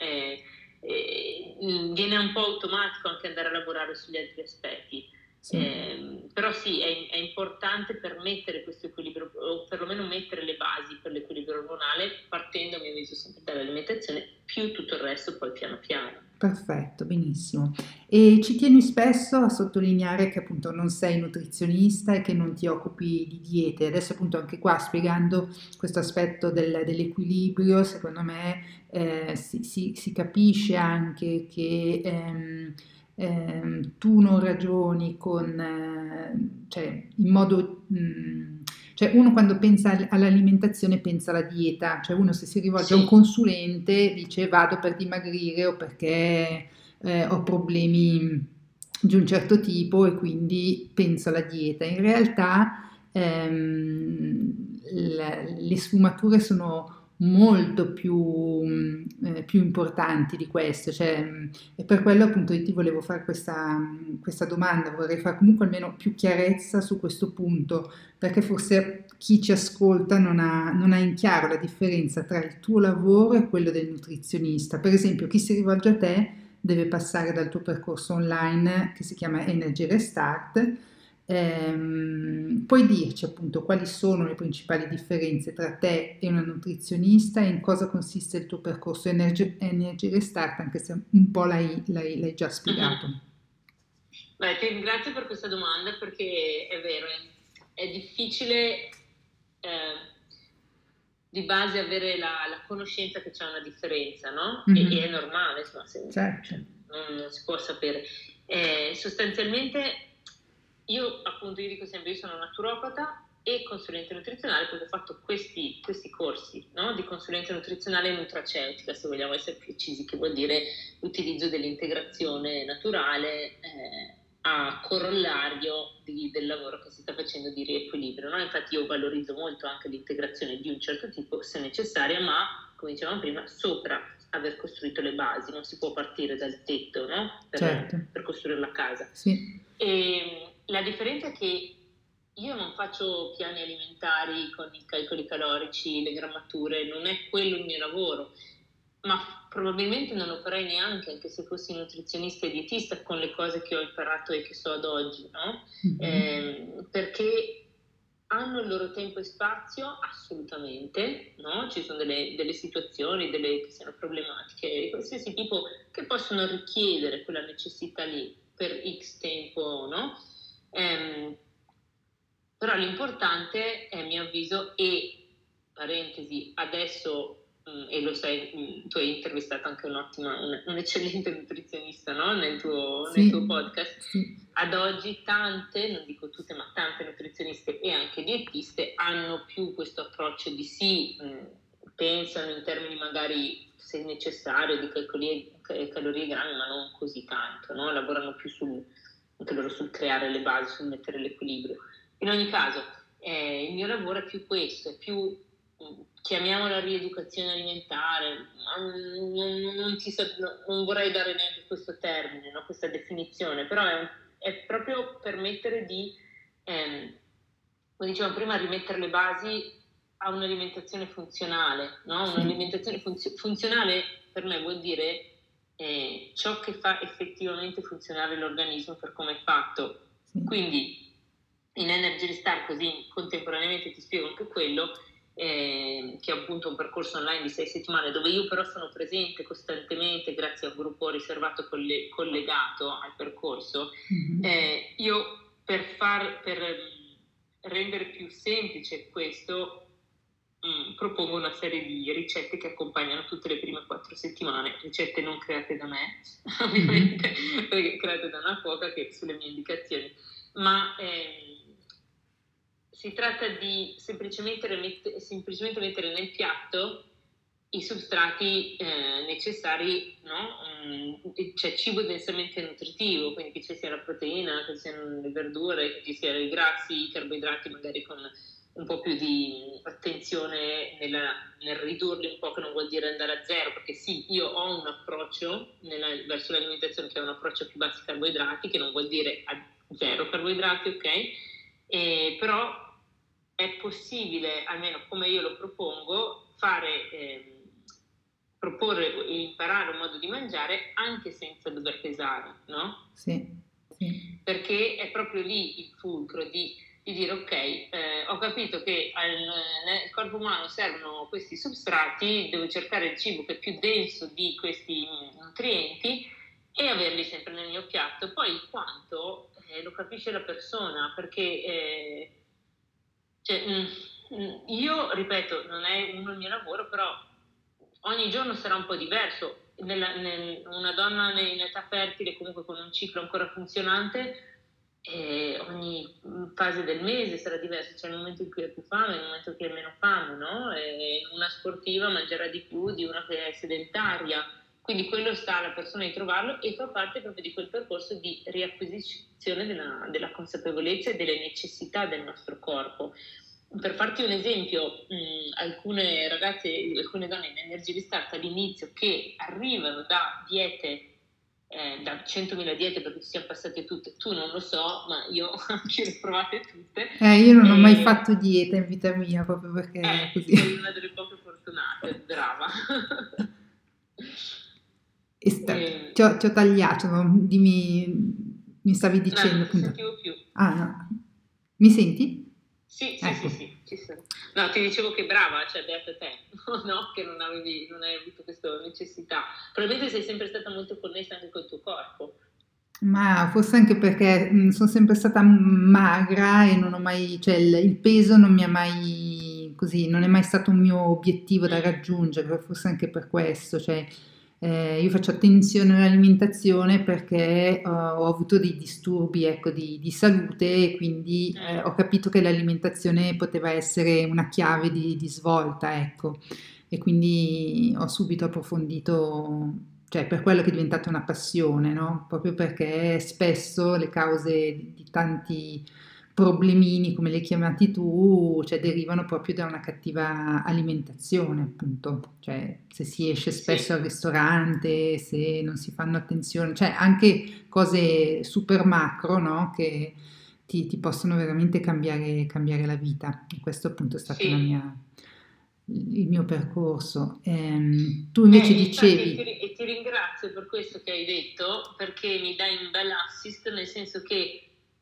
viene un po' automatico anche andare a lavorare sugli altri aspetti. Però sì, è importante permettere questo equilibrio, o perlomeno mettere le basi per l'equilibrio ormonale, partendo a mio avviso sempre dall'alimentazione, più tutto il resto poi piano piano. Perfetto, benissimo. E ci tieni spesso a sottolineare che appunto non sei nutrizionista e che non ti occupi di diete. Adesso appunto anche qua spiegando questo aspetto dell'equilibrio, secondo me si capisce anche che tu non ragioni cioè in modo... cioè uno quando pensa all'alimentazione pensa alla dieta, cioè uno se si rivolge a un consulente dice vado per dimagrire o perché ho problemi di un certo tipo e quindi penso alla dieta. In realtà le sfumature sono molto più importanti di questo, e per quello appunto io ti volevo fare questa domanda, vorrei fare comunque almeno più chiarezza su questo punto, perché forse chi ci ascolta non ha in chiaro la differenza tra il tuo lavoro e quello del nutrizionista. Per esempio, chi si rivolge a te deve passare dal tuo percorso online che si chiama Energy Restart. Puoi dirci appunto quali sono le principali differenze tra te e una nutrizionista e in cosa consiste il tuo percorso Energy Restart, anche se un po' l'hai già spiegato. Beh, ti ringrazio per questa domanda, perché è vero, è difficile di base avere la conoscenza che c'è una differenza, no? E è normale, insomma, non si può sapere. Sostanzialmente io dico sempre, io sono naturopata e consulente nutrizionale, perché ho fatto questi corsi, no? Di consulenza nutrizionale e nutraceutica, se vogliamo essere precisi, che vuol dire l'utilizzo dell'integrazione naturale a corollario del lavoro che si sta facendo di riequilibrio, no? Infatti io valorizzo molto anche l'integrazione di un certo tipo, se necessaria, ma come dicevamo prima, sopra aver costruito le basi, non si può partire dal tetto, no? Per costruire la casa. E la differenza è che io non faccio piani alimentari con i calcoli calorici, le grammature, non è quello il mio lavoro, ma probabilmente non lo farei neanche, anche se fossi nutrizionista e dietista, con le cose che ho imparato e che so ad oggi, no? Perché hanno il loro tempo e spazio? Assolutamente, no? Ci sono delle situazioni, che siano problematiche di qualsiasi tipo, che possono richiedere quella necessità lì per X tempo, no? Ehm, Però l'importante è, a mio avviso, e parentesi, adesso, e lo sai, tu hai intervistato anche un eccellente nutrizionista, no? Nel tuo Sì, podcast. sì, Ad oggi tante, non dico tutte, ma tante nutrizioniste e anche dietiste hanno più questo approccio di sì, pensano in termini magari, se necessario, di calorie e grammi, ma non così tanto, no? Lavorano più anche loro sul creare le basi, sul mettere l'equilibrio. In ogni caso, il mio lavoro è più questo, è più, chiamiamola rieducazione alimentare, non vorrei dare neanche questo termine, no? Questa definizione, però è proprio permettere di, come dicevamo prima, rimettere le basi a un'alimentazione funzionale, no? sì, Un'alimentazione funzionale per me vuol dire ciò che fa effettivamente funzionare l'organismo per come è fatto. sì. Quindi in Energy Restart, così contemporaneamente ti spiego anche quello, che è appunto un percorso online di 6 settimane dove io però sono presente costantemente grazie a un gruppo riservato collegato al percorso. Io per rendere più semplice questo propongo una serie di ricette che accompagnano tutte le prime 4 settimane, ricette non create da me, ovviamente, perché create da una cuoca che sulle mie indicazioni, ma si tratta di semplicemente mettere nel piatto i substrati necessari, no? Cioè cibo densamente nutritivo, quindi che ci sia la proteina, che ci siano le verdure, che ci siano i grassi, i carboidrati, magari con un po' più di attenzione nel ridurli un po', che non vuol dire andare a zero, perché sì, io ho un approccio verso l'alimentazione che è un approccio a più bassi carboidrati, che non vuol dire a zero carboidrati, ok? Però è possibile, almeno come io lo propongo, proporre e imparare un modo di mangiare anche senza dover pesare, no? Sì, sì. Perché è proprio lì il fulcro di dire ok, ho capito che nel corpo umano servono questi substrati, devo cercare il cibo che è più denso di questi nutrienti e averli sempre nel mio piatto. Poi quanto lo capisce la persona, perché cioè, io ripeto, non è il mio lavoro, però ogni giorno sarà un po' diverso. Una donna in età fertile, comunque con un ciclo ancora funzionante, ogni fase del mese sarà diversa. C'è il momento in cui hai più fame, il momento in cui hai meno fame, no? E una sportiva mangerà di più di una che è sedentaria. Quindi quello sta alla persona di trovarlo e fa parte proprio di quel percorso di riacquisizione della consapevolezza e delle necessità del nostro corpo. Per farti un esempio, alcune ragazze, alcune donne in Energy Restart all'inizio che arrivano da diete, da 100.000 diete, perché ci siamo passate tutte, tu non lo so, ma io anche le ho provate tutte. Io non ho mai fatto dieta in vita mia, proprio perché è così. Sei una delle poche fortunate, brava. Ti ho tagliato, dimmi, mi stavi No, non dicendo ti appunto. sentivo più. Ah, no. Mi senti? Sì, Ecco. ci sono. No, ti dicevo che brava, cioè beata te, no? Che non hai avuto questa necessità. Probabilmente sei sempre stata molto connessa anche col tuo corpo. Ma forse anche perché sono sempre stata magra e non ho mai, cioè il peso non mi ha mai così, non è mai stato un mio obiettivo da raggiungere, forse anche per questo, cioè io faccio attenzione all'alimentazione perché ho avuto dei disturbi, ecco, di salute e quindi ho capito che l'alimentazione poteva essere una chiave di svolta, ecco, e quindi ho subito approfondito, cioè per quello che è diventata una passione, no? Proprio perché spesso le cause di tanti problemini, come li hai chiamati tu, cioè derivano proprio da una cattiva alimentazione, appunto. Cioè se si esce spesso al ristorante, se non si fanno attenzione, cioè anche cose super macro, no? Che ti possono veramente cambiare la vita. E questo appunto è stato il mio percorso. Tu invece Infatti, dicevi, e ti ringrazio per questo che hai detto, perché mi dai un bel assist, nel senso che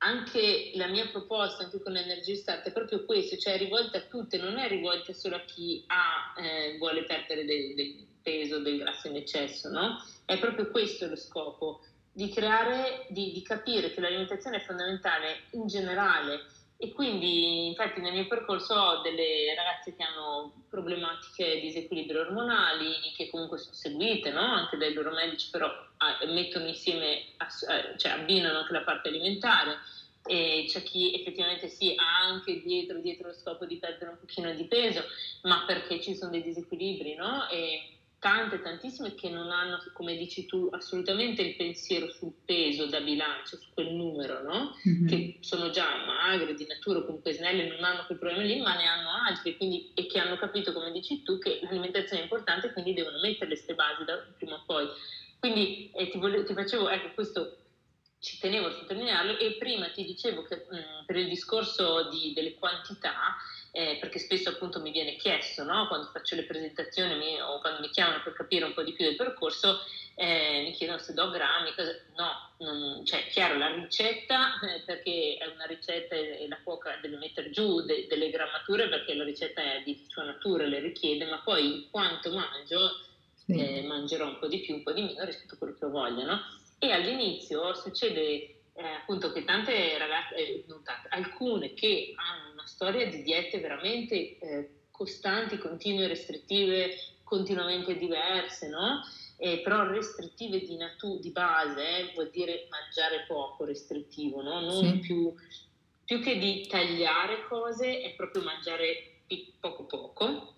anche la mia proposta, anche con Energy Start, è proprio questo, cioè è rivolta a tutte, non è rivolta solo a chi vuole perdere del peso, del grasso in eccesso, no? È proprio questo lo scopo, di creare, di capire che l'alimentazione è fondamentale in generale. E quindi, infatti, nel mio percorso ho delle ragazze che hanno problematiche di disequilibrio ormonali, che comunque sono seguite, no? Anche dai loro medici, però mettono insieme, cioè abbinano anche la parte alimentare. E c'è chi effettivamente sì, ha anche dietro lo scopo di perdere un pochino di peso, ma perché ci sono dei disequilibri, no? E tantissime che non hanno, come dici tu, assolutamente il pensiero sul peso da bilancio, su quel numero, no? Che sono già magre di natura o comunque snelle, non hanno quel problema lì, ma ne hanno altri, quindi, e che hanno capito, come dici tu, che l'alimentazione è importante, quindi devono mettere queste basi prima o poi. Quindi ti facevo, ecco, questo ci tenevo a sottolinearlo, e prima ti dicevo che per il discorso delle quantità, perché spesso appunto mi viene chiesto, no? Quando faccio le presentazioni o quando mi chiamano per capire un po' di più del percorso, mi chiedono se do grammi, no, cioè chiaro la ricetta, perché è una ricetta e la cuoca deve mettere giù delle grammature perché la ricetta è di sua natura, le richiede, ma poi quanto mangio, mangerò un po' di più, un po' di meno rispetto a quello che voglio, no? E all'inizio succede appunto che tante ragazze, non tante, alcune che hanno una storia di diete veramente costanti, continue, restrittive, continuamente diverse, no? Però restrittive di base vuol dire mangiare poco, restrittivo, no? Non più che di tagliare cose, è proprio mangiare poco poco.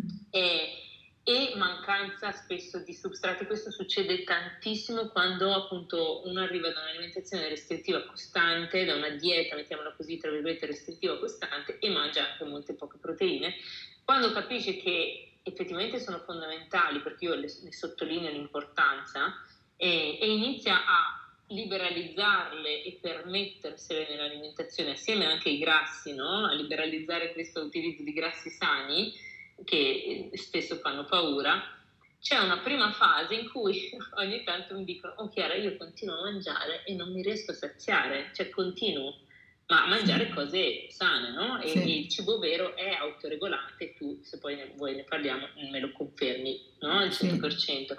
E mancanza spesso di substrati. Questo succede tantissimo quando appunto uno arriva da un'alimentazione restrittiva costante, da una dieta, mettiamola così, tra virgolette, restrittiva costante, e mangia anche molte poche proteine. Quando capisce che effettivamente sono fondamentali, perché io ne sottolineo l'importanza, e inizia a liberalizzarle e permettersele nell'alimentazione, assieme anche ai grassi, no? A liberalizzare questo utilizzo di grassi sani, che spesso fanno paura. C'è una prima fase in cui ogni tanto mi dicono: oh Chiara, io continuo a mangiare e non mi riesco a saziare, cioè continuo ma a mangiare cose sane, no? E il cibo vero è autoregolante, tu se poi vuoi ne parliamo me lo confermi, no? Al 100%.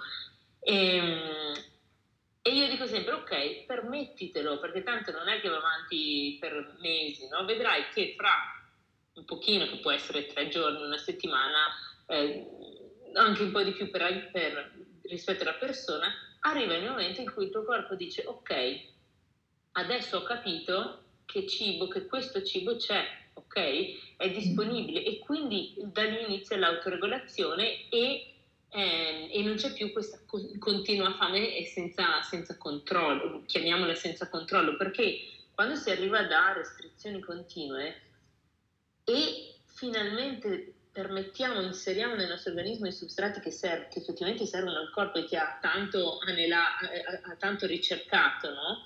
E io dico sempre: ok, permettitelo, perché tanto non è che va avanti per mesi, no? Vedrai che fra un pochino, che può essere 3 giorni, una settimana, anche un po' di più rispetto alla persona, arriva il momento in cui il tuo corpo dice: ok, adesso ho capito che questo cibo c'è, ok? È disponibile, e quindi da lì inizia l'autoregolazione e non c'è più questa continua fame e senza controllo, chiamiamola senza controllo, perché quando si arriva da restrizioni continue e finalmente inseriamo nel nostro organismo i substrati che effettivamente servono al corpo e che ha tanto ricercato, no?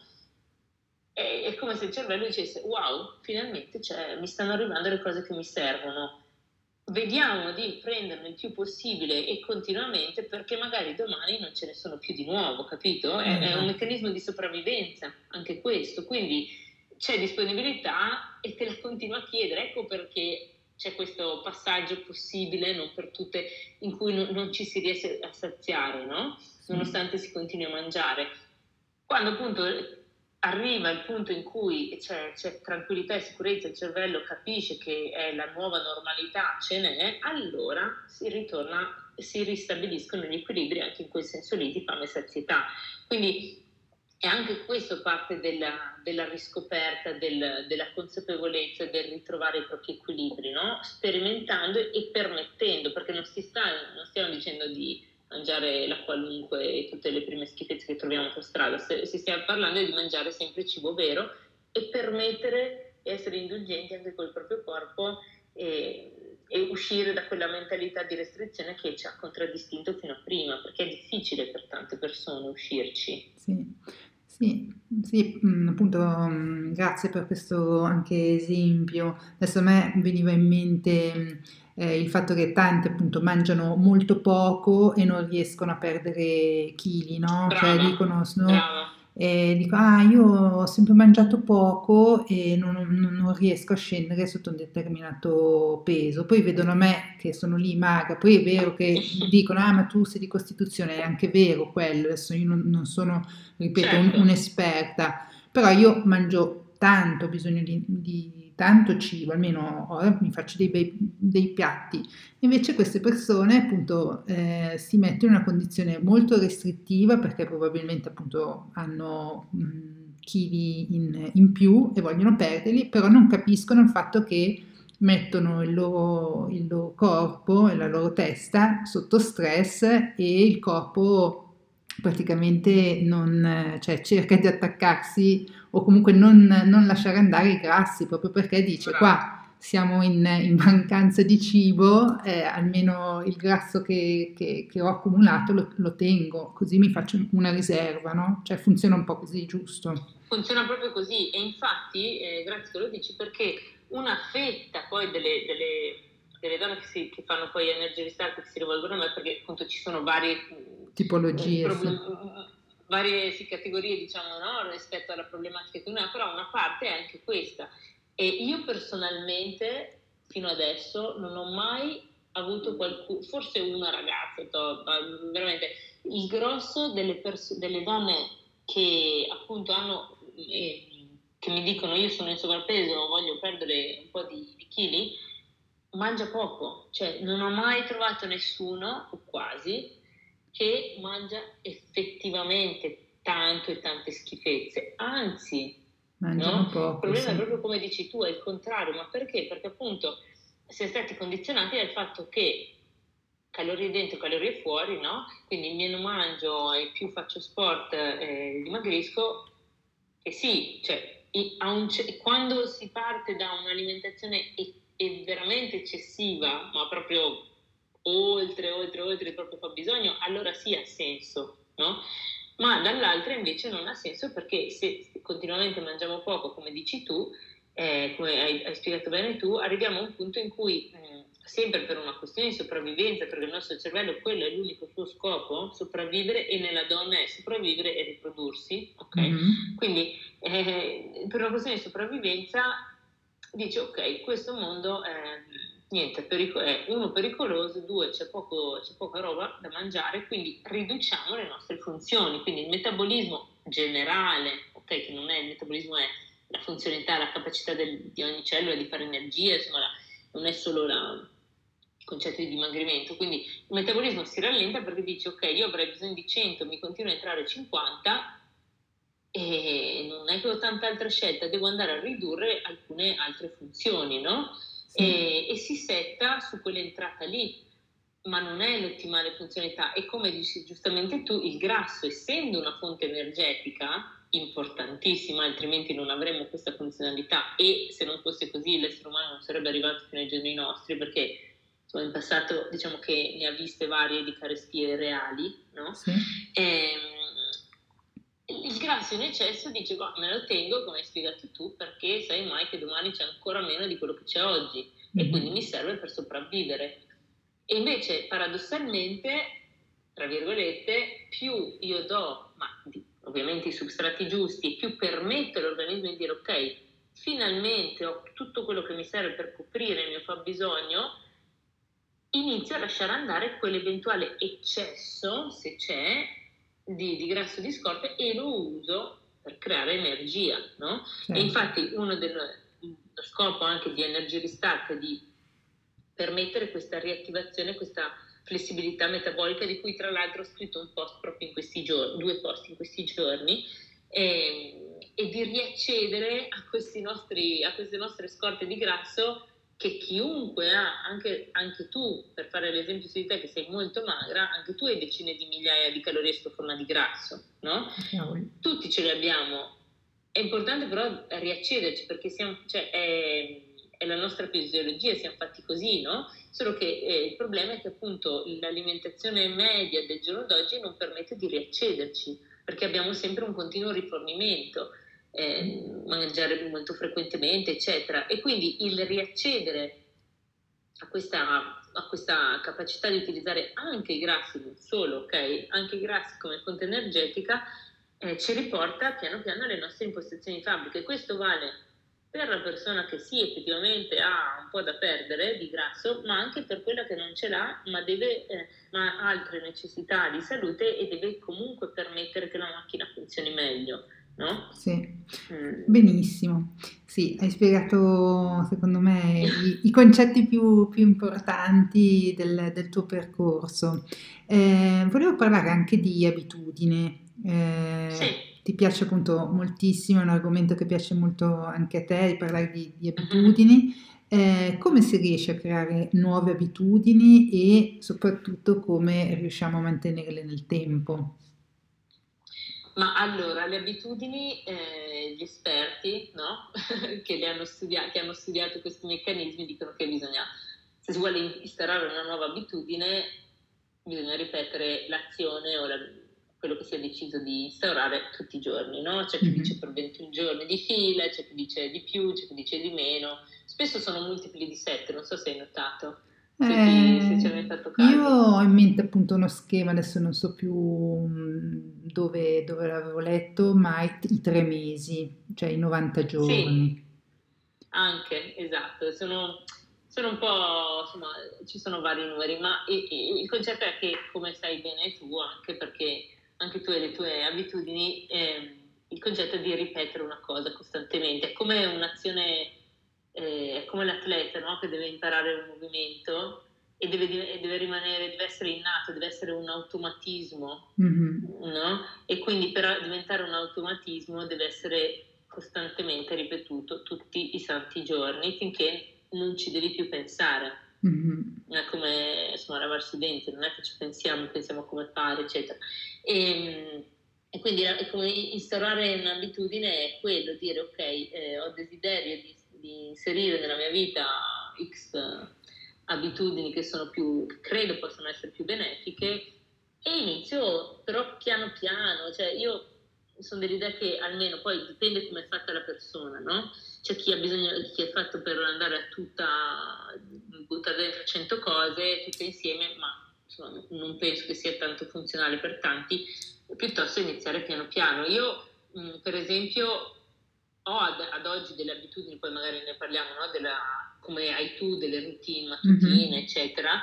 È come se il cervello dicesse: wow, finalmente mi stanno arrivando le cose che mi servono, vediamo di prenderne il più possibile e continuamente, perché magari domani non ce ne sono più di nuovo, capito? È un meccanismo di sopravvivenza anche questo, quindi c'è disponibilità e te la continua a chiedere. Ecco perché c'è questo passaggio possibile, non per tutte, in cui non ci si riesce a saziare, no? Nonostante si continui a mangiare. Quando appunto arriva il punto in cui c'è tranquillità e sicurezza, il cervello capisce che è la nuova normalità, ce n'è, allora si ristabiliscono gli equilibri anche in quel senso lì di fame e sazietà. Quindi è anche questo parte della riscoperta, della consapevolezza, del ritrovare i propri equilibri, no? Sperimentando e permettendo, perché non stiamo dicendo di mangiare la qualunque e tutte le prime schifezze che troviamo per strada, si stiamo parlando di mangiare sempre cibo vero e permettere di essere indulgenti anche col proprio corpo e uscire da quella mentalità di restrizione che ci ha contraddistinto fino a prima, perché è difficile per tante persone uscirci. Sì, appunto, grazie per questo anche esempio. Adesso a me veniva in mente il fatto che tanti appunto mangiano molto poco e non riescono a perdere chili, no? Brava, Cioè dicono, no, e dico, ah, io ho sempre mangiato poco e non riesco a scendere sotto un determinato peso. Poi vedono me che sono lì magra, poi è vero che dicono, ah, ma tu sei di costituzione, è anche vero quello, adesso io non sono, ripeto, Certo, un'esperta, però io mangio tanto, ho bisogno di tanto cibo, almeno ora mi faccio dei piatti. Invece queste persone appunto si mettono in una condizione molto restrittiva perché probabilmente appunto hanno chili in più e vogliono perderli, però non capiscono il fatto che mettono il loro corpo e la loro testa sotto stress e il corpo praticamente non, cioè, cerca di attaccarsi o comunque non lasciare andare i grassi proprio perché dice bravo. qua siamo in mancanza di cibo, almeno il grasso che ho accumulato lo tengo, così mi faccio una riserva, no? Cioè funziona un po' così, giusto? Funziona proprio così e infatti, grazie che lo dici, perché una fetta poi delle donne che fanno poi energy restart, che si rivolgono a me, perché appunto ci sono varie, Tipologie, sì. varie sì, categorie, diciamo, no? Rispetto alla problematica che uno ha, però una parte è anche questa. E io personalmente, fino adesso, non ho mai avuto qualcuno, forse una ragazza, veramente, il grosso delle donne che appunto hanno, che mi dicono io sono in sovrappeso, voglio perdere un po' di chili, mangia poco, cioè non ho mai trovato nessuno, o quasi, che mangia effettivamente tanto e tante schifezze, anzi, no? Mangiano Il poco, problema è sì. proprio come dici tu, è il contrario, ma perché? Perché appunto si è stati condizionati dal fatto che calorie dentro, calorie fuori, no? Quindi meno mangio e più faccio sport dimagrisco, e sì, cioè quando si parte da un'alimentazione veramente eccessiva, ma proprio oltre il proprio fabbisogno, allora sì ha senso, no? Ma dall'altra invece non ha senso perché se continuamente mangiamo poco, come dici tu, come hai spiegato bene tu, arriviamo a un punto in cui, sempre per una questione di sopravvivenza, perché il nostro cervello, quello è l'unico suo scopo, sopravvivere, e nella donna è sopravvivere e riprodursi, ok? Mhm. Quindi per una questione di sopravvivenza dice ok, questo mondo niente, è uno pericoloso, due c'è poca roba da mangiare, quindi riduciamo le nostre funzioni, quindi il metabolismo generale, ok, che non è il metabolismo, è la funzionalità, la capacità di ogni cellula di fare energia, insomma non è solo il concetto di dimagrimento, quindi il metabolismo si rallenta perché dice ok, io avrei bisogno di 100, mi continua a entrare 50 e non è che ho tanta altra scelta, devo andare a ridurre alcune altre funzioni, no? Sì. E si setta su quell'entrata lì, ma non è l'ottimale funzionalità. E come dici giustamente tu, il grasso, essendo una fonte energetica importantissima, altrimenti non avremmo questa funzionalità, e se non fosse così l'essere umano non sarebbe arrivato fino ai giorni nostri, perché insomma, in passato diciamo che ne ha viste varie di carestie reali, no? Sì. Il grasso in eccesso dice, ma me lo tengo, come hai spiegato tu, perché sai mai che domani c'è ancora meno di quello che c'è oggi e quindi Mhm. mi serve per sopravvivere. E invece, paradossalmente, tra virgolette, più io do, ma ovviamente i substrati giusti, più permetto all'organismo di dire, ok, finalmente ho tutto quello che mi serve per coprire il mio fabbisogno, inizio a lasciare andare quell'eventuale eccesso, se c'è, di grasso di scorta, e lo uso per creare energia, no? E Certo. infatti lo scopo anche di Energy Restart è di permettere questa riattivazione, questa flessibilità metabolica, di cui tra l'altro ho scritto un post proprio in questi giorni, due post in questi giorni, e di riaccedere a queste nostre scorte di grasso che chiunque ha, anche tu, per fare l'esempio su di te che sei molto magra, anche tu hai decine di migliaia di calorie sotto forma di grasso, no? Cavoli. Tutti ce le abbiamo. È importante però riaccederci perché cioè, è la nostra fisiologia, siamo fatti così, no? Solo che il problema è che appunto l'alimentazione media del giorno d'oggi non permette di riaccederci, perché abbiamo sempre un continuo rifornimento, mangiare molto frequentemente, eccetera. E quindi il riaccedere a questa capacità di utilizzare anche i grassi, non solo, ok? Anche i grassi come fonte energetica, ci riporta piano piano alle nostre impostazioni di fabbrica. E questo vale per la persona che sì, effettivamente ha un po' da perdere di grasso, ma anche per quella che non ce l'ha, ma ha altre necessità di salute e deve comunque permettere che la macchina funzioni meglio, no? Sì, Mm. benissimo. Sì, hai spiegato, secondo me, i concetti più importanti del tuo percorso. Volevo parlare anche di abitudine. Sì. Ti piace appunto moltissimo, è un argomento che piace molto anche a te, di parlare di Mhm. abitudini. Come si riesce a creare nuove abitudini e soprattutto come riusciamo a mantenerle nel tempo? Ma allora, le abitudini, gli esperti, no? che hanno studiato questi meccanismi, dicono che se si vuole instaurare una nuova abitudine, bisogna ripetere l'azione quello che si è deciso di instaurare tutti i giorni, no? C'è chi dice Mhm. per 21 giorni di fila, c'è chi dice di più, c'è chi dice di meno. Spesso sono multipli di 7, non so se hai notato, se ci hai mai fatto Io caso. ho in mente appunto uno schema, adesso non so più dove l'avevo letto, ma i 3 mesi, cioè i 90 Sì, giorni. anche, esatto, sono un po', insomma, ci sono vari numeri, ma il concetto è che, come sai bene tu, anche perché anche tu hai le tue abitudini, il concetto è di ripetere una cosa costantemente, è come un'azione, è come l'atleta, no? Che deve imparare un movimento e deve rimanere, deve essere innato, deve essere un automatismo, Mhm, no? E quindi per diventare un automatismo deve essere costantemente ripetuto tutti i santi giorni finché non ci devi più pensare. mhm, Non è come insomma lavarsi i denti, non è che ci pensiamo, pensiamo a come fare, eccetera. E quindi come instaurare un'abitudine è quello, dire ok, ho desiderio di inserire nella mia vita X abitudini che credo possano essere più benefiche e inizio però piano piano, cioè io sono dell'idea che almeno poi dipende come è fatta la persona, no? C'è chi ha bisogno, chi è fatto per andare a buttare dentro 100 cose tutte insieme, ma insomma, non penso che sia tanto funzionale per tanti, piuttosto iniziare piano piano. Io, per esempio, ho ad oggi delle abitudini, poi magari ne parliamo, no? Come hai tu, delle routine mattutine, mhm. eccetera,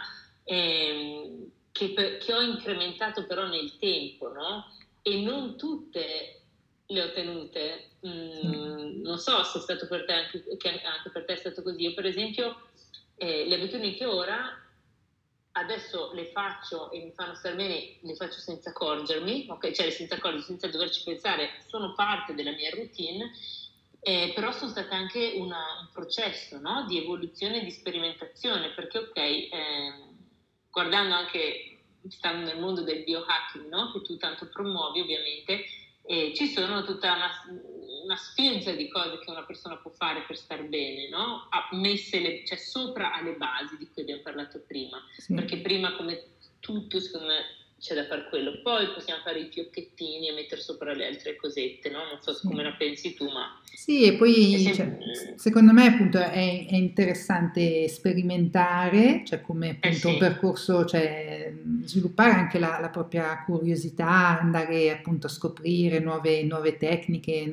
che ho incrementato però nel tempo, no? E non tutte le ho tenute. Sì. Non so se è stato per te anche per te è stato così. Io, per esempio, le abitudini che ho ora adesso le faccio e mi fanno stare bene, le faccio senza accorgermi, ok? Cioè senza accorgermi, senza doverci pensare, sono parte della mia routine, però sono state anche un processo, no? Di evoluzione e di sperimentazione, perché ok, guardando anche, stando nel mondo del biohacking, no? Che tu tanto promuovi ovviamente, ci sono tutta una sfilza di cose che una persona può fare per star bene, no? Cioè sopra alle basi di cui abbiamo parlato prima, Sì. perché prima come tutto secondo me c'è da fare quello, poi possiamo fare i fiocchettini e mettere sopra le altre cosette, no? Non so come Sì. la pensi tu, ma Sì, e è poi sempre... cioè, secondo me appunto è interessante sperimentare, cioè come Eh appunto un sì, percorso, cioè sviluppare anche la propria curiosità, andare appunto a scoprire nuove tecniche,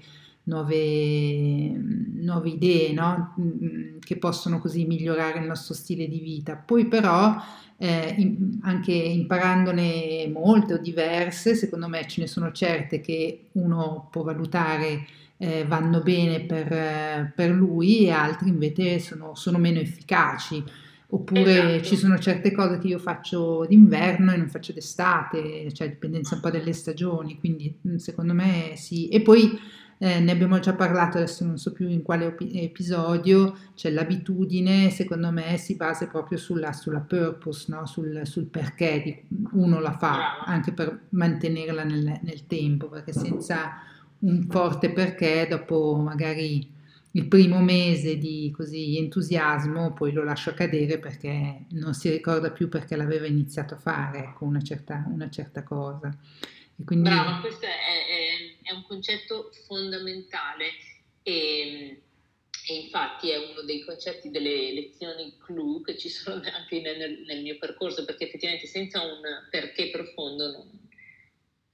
nuove idee, no? Che possono così migliorare il nostro stile di vita. Poi però anche imparandone molte o diverse, secondo me ce ne sono certe che uno può valutare vanno bene per lui e altri invece sono meno efficaci. Oppure ci esatto. sono certe cose che io faccio d'inverno e non faccio d'estate, cioè dipendenza un po' delle stagioni, quindi secondo me sì. E poi ne abbiamo già parlato, adesso non so più in quale episodio, cioè l'abitudine secondo me si basa proprio sulla purpose, no? Sul perché uno la fa, Brava. anche per mantenerla nel tempo, perché senza un forte perché dopo magari il primo mese di così entusiasmo poi lo lascio cadere perché non si ricorda più perché l'aveva iniziato a fare, ecco, una certa cosa. E Brava, quindi questo è un concetto fondamentale e, e infatti è uno dei concetti delle lezioni clou che ci sono anche nel mio percorso, perché effettivamente senza un perché profondo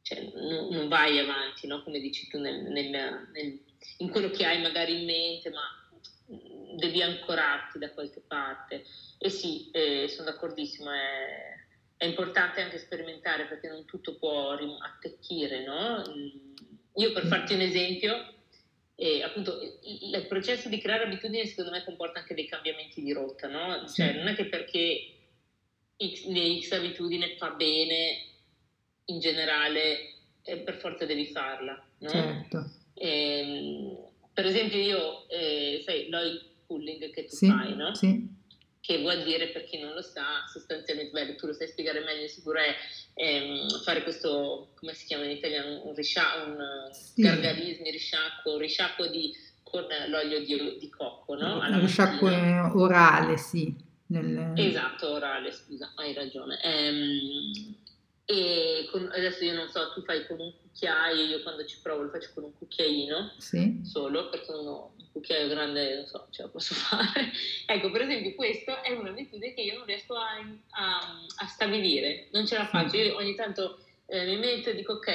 cioè, non vai avanti, no? Come dici tu, in quello che hai magari in mente, ma devi ancorarti da qualche parte. E sì, sono d'accordissimo, è importante anche sperimentare perché non tutto può attecchire, no? Io per farti un esempio, appunto il processo di creare abitudini secondo me comporta anche dei cambiamenti di rotta, no? Sì. Cioè non è che perché le X abitudine fa bene in generale per forza devi farla, no? Certo. Per esempio io, sai, l'oil pulling che tu Sì, fai, no? sì. Che vuol dire, per chi non lo sa, sostanzialmente, beh, tu lo sai spiegare meglio sicuro, è fare questo, come si chiama in italiano, un Sì. gargarismi, risciacquo con l'olio di cocco, no? Alla Risciacquo mattina. orale, sì. Esatto, orale, scusa, hai ragione. Adesso io non so, tu fai con un cucchiaio, io quando ci provo lo faccio con un cucchiaino, Sì. solo perché un cucchiaio grande, non so, ce la posso fare. Ecco, per esempio, questo è un'abitudine che io non riesco a stabilire, non ce la faccio. Io ogni tanto mi metto e dico, ok,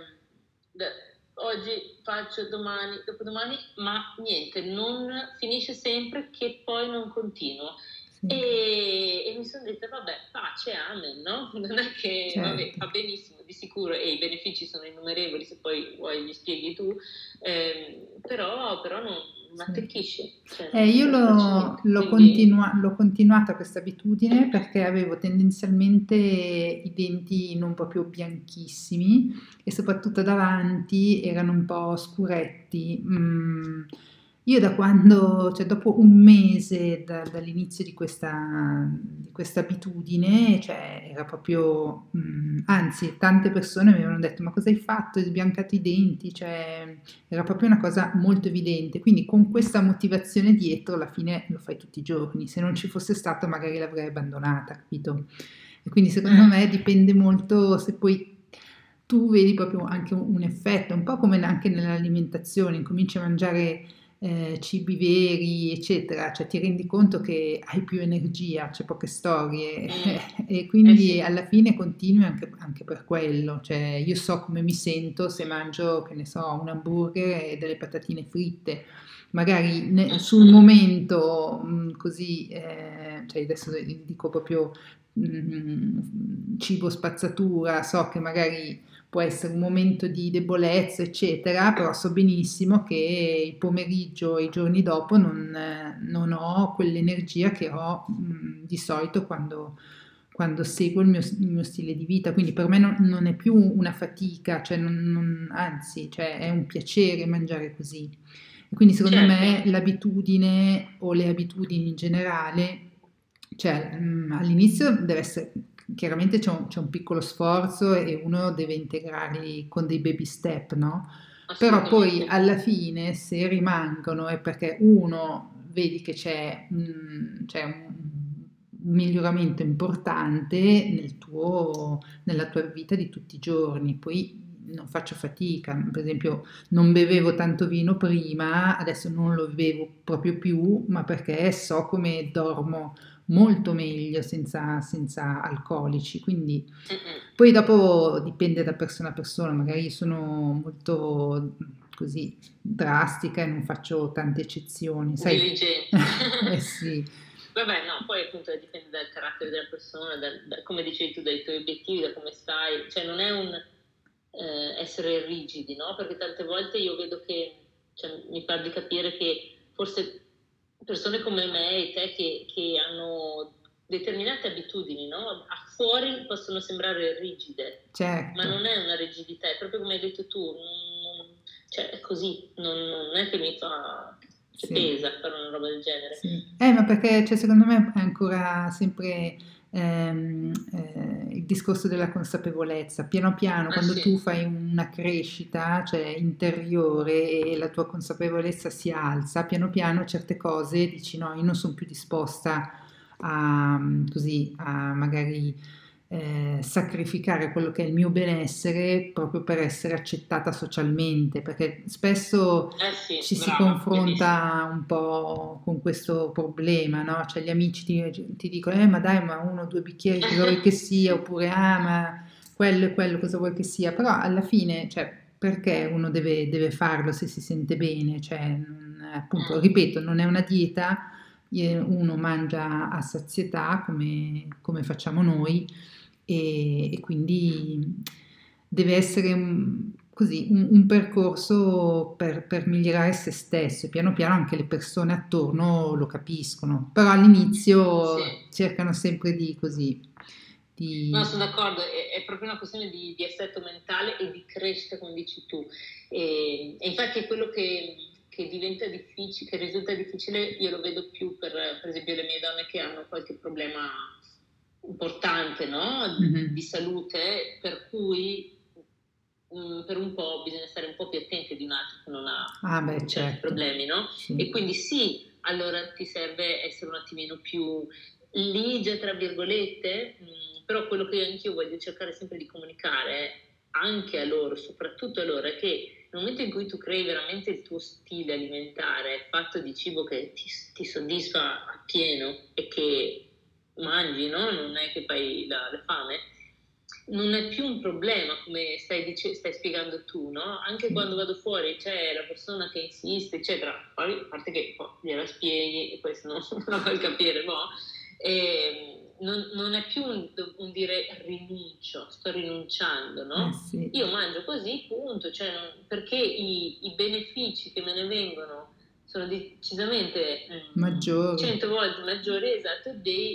oggi faccio domani, dopodomani, ma niente, non finisce sempre che poi non continuo. E mi sono detta, vabbè, pace, amen, no? Non è che, certo. Vabbè, va benissimo, di sicuro, e i benefici sono innumerevoli, se poi vuoi li spieghi tu, però non attecchisce. Cioè, io l'ho continuata questa abitudine perché avevo tendenzialmente i denti non proprio bianchissimi e soprattutto davanti erano un po' scuretti. Io da quando, cioè dopo un mese dall'inizio di questa abitudine, cioè era proprio, anzi tante persone mi avevano detto ma cosa hai fatto? Hai sbiancato i denti? Cioè era proprio una cosa molto evidente, quindi con questa motivazione dietro alla fine lo fai tutti i giorni, se non ci fosse stato magari l'avrei abbandonata, capito? E quindi secondo me dipende molto se poi tu vedi proprio anche un effetto, un po' come anche nell'alimentazione, incominci a mangiare cibi veri, eccetera, cioè ti rendi conto che hai più energia, c'è poche storie e quindi sì. alla fine continui anche per quello, cioè io so come mi sento se mangio, che ne so, un hamburger e delle patatine fritte, magari sul momento così, cioè adesso dico proprio cibo spazzatura, so che magari può essere un momento di debolezza, eccetera, però so benissimo che il pomeriggio e i giorni dopo non ho quell'energia che ho di solito quando seguo il mio stile di vita, quindi per me non è più una fatica, cioè anzi, cioè è un piacere mangiare così. E quindi secondo me l'abitudine o le abitudini in generale, cioè all'inizio deve essere, chiaramente c'è un piccolo sforzo e uno deve integrarli con dei baby step, no? Però poi alla fine se rimangono è perché uno vedi che c'è un miglioramento importante nella tua vita di tutti i giorni, poi non faccio fatica, per esempio non bevevo tanto vino prima, adesso non lo bevo proprio più, ma perché so come dormo molto meglio senza alcolici, quindi poi dopo dipende da persona a persona, magari io sono molto così drastica e non faccio tante eccezioni, sai? Diligente. Sì. Vabbè, no, poi appunto dipende dal carattere della persona, come dicevi tu, dai tuoi obiettivi, da come stai, cioè non è un essere rigidi, no? Perché tante volte io vedo che, cioè, mi pare di capire che forse persone come me e te che hanno determinate abitudini, no? A fuori possono sembrare rigide, certo. Ma non è una rigidità, è proprio come hai detto tu, cioè è così, non è che mi fa... Che pesa fare una roba del genere. Sì. Ma perché cioè, secondo me è ancora sempre il discorso della consapevolezza. Piano piano, quando tu fai una crescita, cioè interiore, e la tua consapevolezza si alza, piano piano certe cose dici no, io non sono più disposta a magari sacrificare quello che è il mio benessere proprio per essere accettata socialmente, perché spesso si confronta un po' con questo problema, no? Cioè gli amici ti dicono ma dai, ma uno o due bicchieri cosa vuoi che sia, oppure ma quello e quello cosa vuoi che sia, però alla fine, cioè, perché uno deve farlo se si sente bene? Cioè, appunto, Mm. ripeto, non è una dieta, uno mangia a sazietà come facciamo noi e quindi deve essere così un percorso per migliorare se stesso e piano piano anche le persone attorno lo capiscono, però all'inizio Sì. cercano sempre di così, No, di... sono d'accordo, è proprio una questione di assetto mentale e di crescita, come dici tu. E infatti è quello che diventa difficile, che risulta difficile, io lo vedo più per esempio le mie donne che hanno qualche problema importante, no? Mhm. Di salute, per cui per un po' bisogna stare un po' più attenti di un altro che non ha Ah beh, certi certo, problemi, no? E sì, quindi sì, allora ti serve essere un attimino più ligia, tra virgolette, però quello che anch'io voglio cercare sempre di comunicare anche a loro, soprattutto a loro, è che nel momento in cui tu crei veramente il tuo stile alimentare fatto di cibo che ti soddisfa appieno e che mangi, no? Non è che fai la fame, non è più un problema come stai spiegando tu, no? Anche sì, quando vado fuori c'è la persona che insiste, eccetera, poi a parte che poi gliela spieghi e questo non la vuoi capire, no? E non è più un dire rinuncio, sto rinunciando, no? sì, Io mangio così, punto, cioè, perché i benefici che me ne vengono sono decisamente maggiori, 100 volte maggiori, esatto,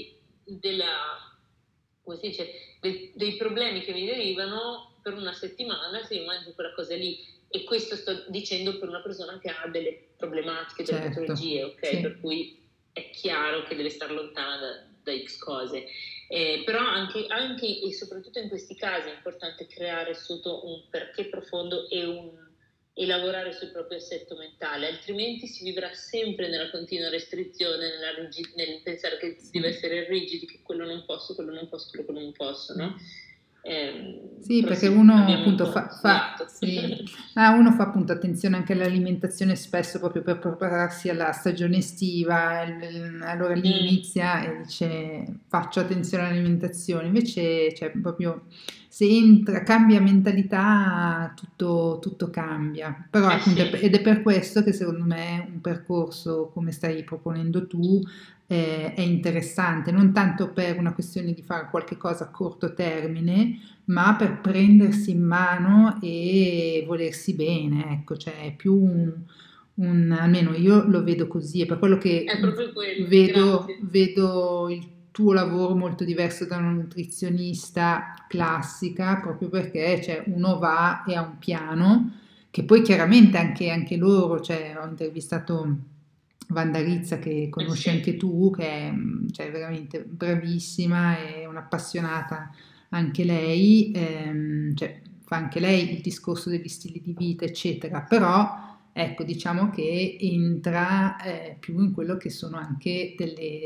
come si dice, dei problemi che mi derivano per una settimana se io mangio quella cosa lì. E questo sto dicendo per una persona che ha delle problematiche, delle certo, patologie, ok? sì. Per cui è chiaro che deve stare lontana da X cose. Però anche e soprattutto in questi casi è importante creare sotto un perché profondo e lavorare sul proprio assetto mentale, altrimenti si vivrà sempre nella continua restrizione, nel pensare che si deve Sì. essere rigidi, che quello non posso, quello non posso, quello non posso, no? Sì, Però perché sì, uno abbiamo un appunto po' fa, sviato. sì. Uno fa appunto attenzione anche all'alimentazione spesso proprio per prepararsi alla stagione estiva, allora lì Mm, inizia e dice faccio attenzione all'alimentazione, invece cioè, proprio se entra, cambia mentalità, tutto cambia, però eh appunto sì, ed è per questo che secondo me un percorso come stai proponendo tu è interessante, non tanto per una questione di fare qualche cosa a corto termine, ma per prendersi in mano e volersi bene, ecco, cioè è più almeno io lo vedo così, è per quello che è proprio quello, vedo, grazie. vedo il tuo lavoro molto diverso da una nutrizionista classica, proprio perché cioè, uno va e ha un piano, che poi chiaramente anche loro, cioè ho intervistato Wanda Rizza che Eh conosci anche sì, tu, che è cioè, veramente bravissima e un'appassionata anche lei, cioè, fa anche lei il discorso degli stili di vita, eccetera, però ecco, diciamo che entra più in quello che sono anche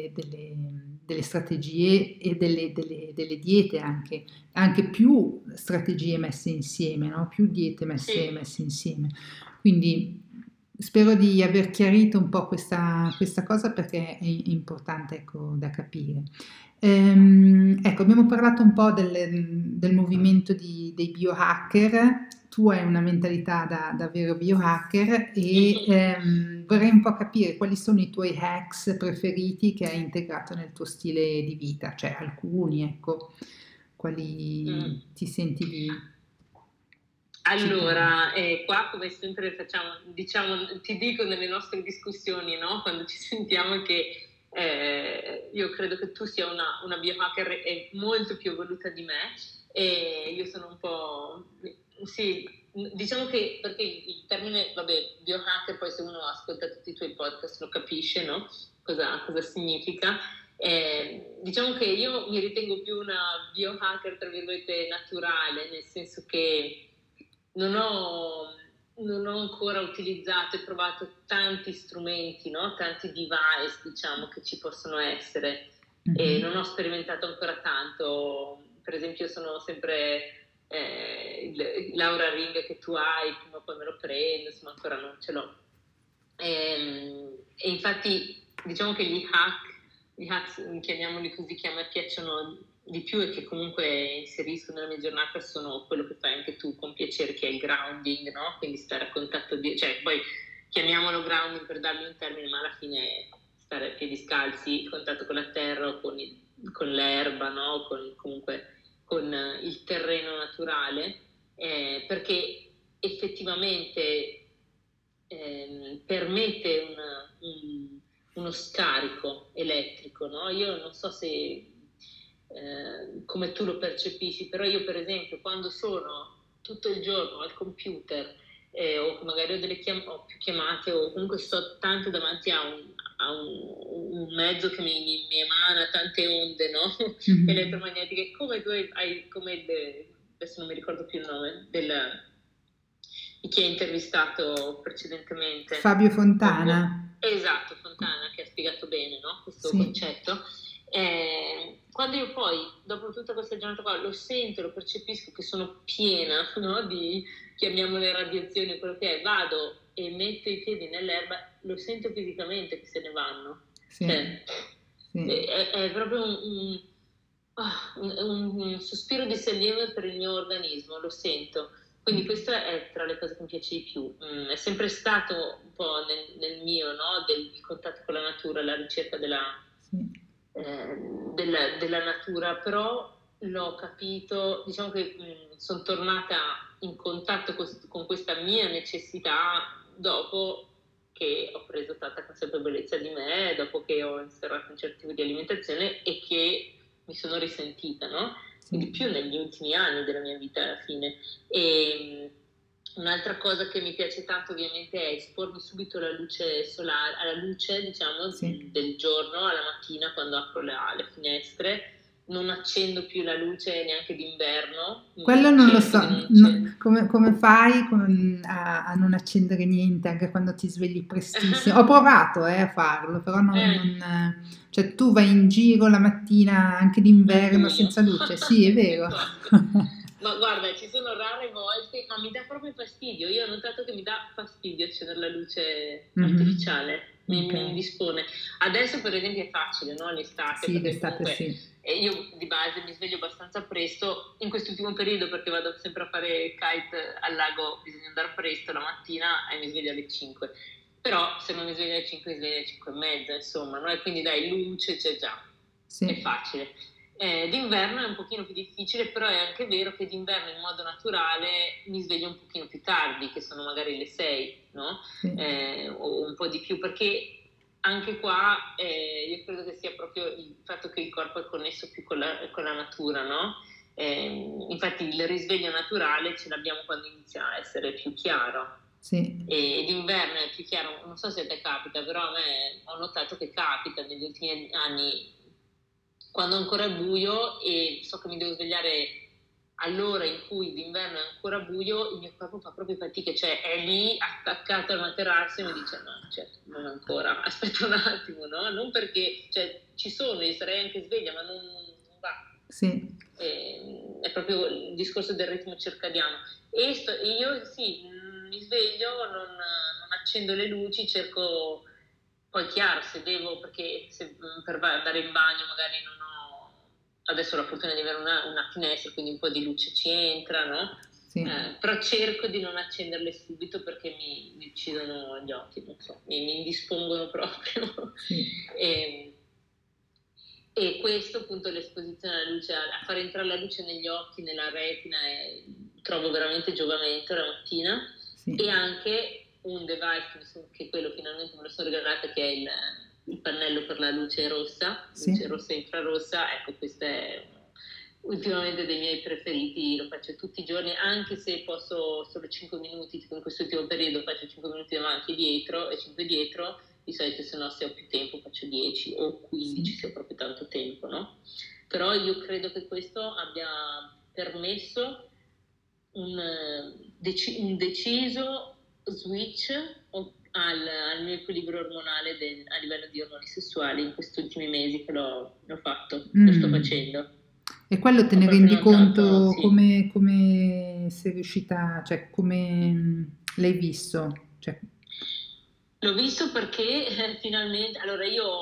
delle strategie e delle diete anche più strategie messe insieme, no? Più diete sì. messe insieme. Quindi spero di aver chiarito un po' questa cosa perché è importante, ecco, da capire. Ecco, abbiamo parlato un po' del movimento dei biohacker. Tu hai una mentalità da vero biohacker e vorrei un po' capire quali sono i tuoi hacks preferiti che hai integrato nel tuo stile di vita, cioè alcuni, ecco, Mm. quali ti senti di citare. Allora, qua come sempre facciamo, diciamo, ti dico nelle nostre discussioni, no? Quando ci sentiamo che io credo che tu sia una biohacker e molto più evoluta di me e io sono un po', sì, diciamo che perché il termine, vabbè, biohacker, poi se uno ascolta tutti i tuoi podcast lo capisce, no? Cosa significa. Diciamo che io mi ritengo più una biohacker, tra virgolette, naturale, nel senso che non ho, non ho ancora utilizzato e provato tanti strumenti, no? Tanti device, diciamo, che ci possono essere. E Mhm. non ho sperimentato ancora tanto. Per esempio, sono sempre Laura Ring che tu hai, prima o poi me lo prendo, insomma, ancora non ce l'ho. E infatti, diciamo che gli hacks, chiamiamoli così, che a me piacciono di più e che comunque inserisco nella mia giornata sono quello che fai anche tu con piacere, che è il grounding, no? Quindi stare a contatto cioè poi chiamiamolo grounding per dargli un termine, ma alla fine stare a piedi scalzi, in contatto con la terra o con l'erba, no? Comunque con il terreno naturale, perché effettivamente permette uno scarico elettrico, no? Io non so se come tu lo percepisci, però io per esempio quando sono tutto il giorno al computer o magari ho più chiamate o comunque sto tanto davanti a un mezzo che mi emana tante onde, no? Mhm. Elettromagnetiche, come tu hai come adesso non mi ricordo più il nome di chi hai intervistato precedentemente. Fabio Fontana. Esatto, Fontana, che ha spiegato bene, no? Questo Sì. concetto. Quando io poi, dopo tutta questa giornata qua, lo sento, lo percepisco che sono piena, no? Di, chiamiamole radiazioni, quello che è, vado e metto i piedi nell'erba, lo sento fisicamente che se ne vanno. Sì. Cioè, Sì. è proprio un sospiro di sollievo per il mio organismo, lo sento. Quindi questa è tra le cose che mi piace di più. È sempre stato un po' nel mio, no? Del contatto con la natura, la ricerca Sì. della natura, però l'ho capito, diciamo che sono tornata in contatto con questa mia necessità dopo che ho preso tanta consapevolezza di me, dopo che ho instaurato un certo tipo di alimentazione e che mi sono risentita, no? Quindi più negli ultimi anni della mia vita alla fine. E un'altra cosa che mi piace tanto ovviamente è espormi subito alla luce solare, alla luce diciamo del giorno, alla mattina quando apro le finestre. Non accendo più la luce neanche d'inverno. Quello non lo so, come fai a non accendere niente anche quando ti svegli prestissimo? Ho provato a farlo, però cioè tu vai in giro la mattina anche d'inverno senza luce, sì è vero. Ma guarda, ci sono rare volte, ma mi dà proprio fastidio. Io ho notato che mi dà fastidio accendere la luce artificiale, mi indispone. Adesso per esempio è facile, no? L'estate, sì, perché l'estate comunque sì. Io di base mi sveglio abbastanza presto, in quest'ultimo periodo perché vado sempre a fare kite al lago, bisogna andare presto la mattina e mi sveglio alle 5. Però se non mi sveglio alle 5 mi sveglio alle 5 e mezza, insomma, no? E quindi dai, luce c'è già, è facile. D'inverno è un pochino più difficile, però è anche vero che d'inverno in modo naturale mi sveglio un pochino più tardi, che sono magari le 6, no? O un po' di più, perché anche qua io credo che sia proprio il fatto che il corpo è connesso più con la natura, no? Infatti il risveglio naturale ce l'abbiamo quando inizia a essere più chiaro. Sì. E d'inverno è più chiaro, non so se a te capita, però a me ho notato che capita negli ultimi anni quando ancora è buio e so che mi devo svegliare all'ora in cui d'inverno è ancora buio, il mio corpo fa proprio fatica, cioè è lì attaccato al materasso e mi dice no, cioè, non ancora, aspetta un attimo, no? Non perché, cioè, ci sono, io sarei anche sveglia, ma non va. Sì. È proprio il discorso del ritmo circadiano. E io sì, mi sveglio, non accendo le luci, cerco poi chiaro se devo, perché per andare in bagno magari non ho adesso la fortuna di avere una finestra, quindi un po' di luce ci entra, no? Sì. Però cerco di non accenderle subito perché mi uccidono gli occhi, non so, mi indispongono proprio. Sì. E questo appunto l'esposizione alla luce, a far entrare la luce negli occhi, nella retina, trovo veramente giovamento la mattina. Sì. E anche un device che quello finalmente me lo sono regalato, che è il pannello per la luce rossa, sì. Luce rossa e infrarossa. Ecco, questo è ultimamente dei miei preferiti, lo faccio tutti i giorni, anche se posso solo 5 minuti, tipo in quest'ultimo periodo faccio 5 minuti avanti e dietro e 5 dietro. Di solito se no, se ho più tempo faccio 10 o 15 se ho proprio tanto tempo, no? Però io credo che questo abbia permesso un deciso switch al mio equilibrio ormonale a livello di ormoni sessuali in questi ultimi mesi che l'ho fatto, lo sto facendo. E quello te ne rendi conto come sei riuscita, cioè come l'hai visto? Cioè... L'ho visto perché finalmente, allora io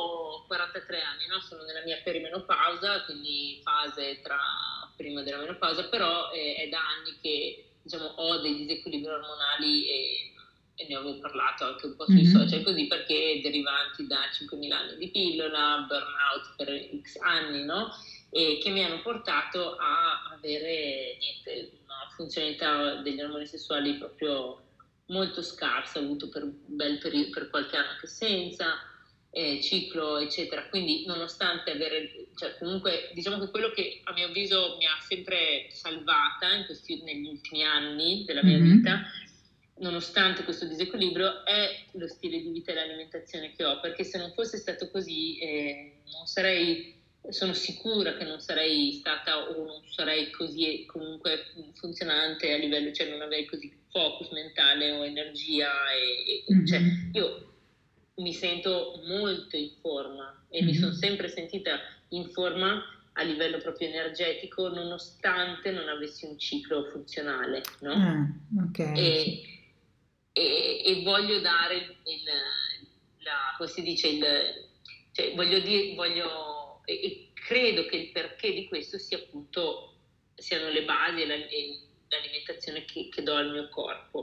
ho 43 anni, no? Sono nella mia perimenopausa, quindi fase tra prima della menopausa, però è da anni che diciamo, ho dei disequilibri ormonali e ne avevo parlato anche un po' sui social, così, perché derivanti da 5.000 anni di pillola, burnout per X anni, no? E che mi hanno portato a avere una funzionalità degli ormoni sessuali proprio molto scarsa, ho avuto per un bel periodo, per qualche anno anche senza ciclo, eccetera. Quindi nonostante avere, cioè comunque diciamo che quello che a mio avviso mi ha sempre salvata negli ultimi anni della mia vita, nonostante questo disequilibrio, è lo stile di vita e l'alimentazione che ho, perché se non fosse stato così non sarei, sono sicura che non sarei stata o non sarei così comunque funzionante a livello, cioè non avrei così focus mentale o energia cioè io mi sento molto in forma e mi sono sempre sentita in forma a livello proprio energetico, nonostante non avessi un ciclo funzionale, no? Ok. E voglio dare come si dice, cioè e credo che il perché di questo sia appunto, siano le basi e l'alimentazione che do al mio corpo.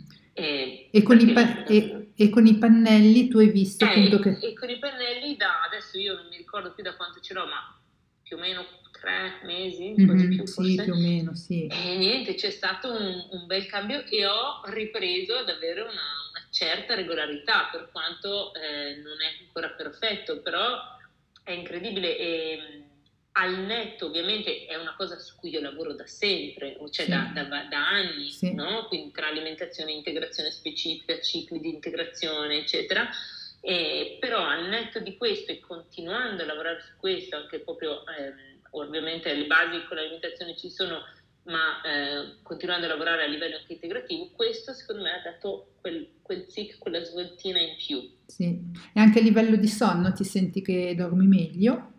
E con i pannelli tu hai visto appunto che... E con i pannelli adesso io non mi ricordo più da quanto ce l'ho, ma più o meno 3 mesi, un po' di più forse. Sì, più o meno, sì. E niente, c'è stato un bel cambio e ho ripreso ad avere una certa regolarità, per quanto non è ancora perfetto, però è incredibile e al netto ovviamente è una cosa su cui io lavoro da sempre, cioè Sì. da anni, Sì. no? Quindi tra alimentazione e integrazione specifica, cicli di integrazione, eccetera. Però al netto di questo e continuando a lavorare su questo, anche proprio ovviamente le basi con l'alimentazione ci sono, ma continuando a lavorare a livello anche integrativo, questo secondo me ha dato quel zic, quella svoltina in più. Sì, e anche a livello di sonno ti senti che dormi meglio?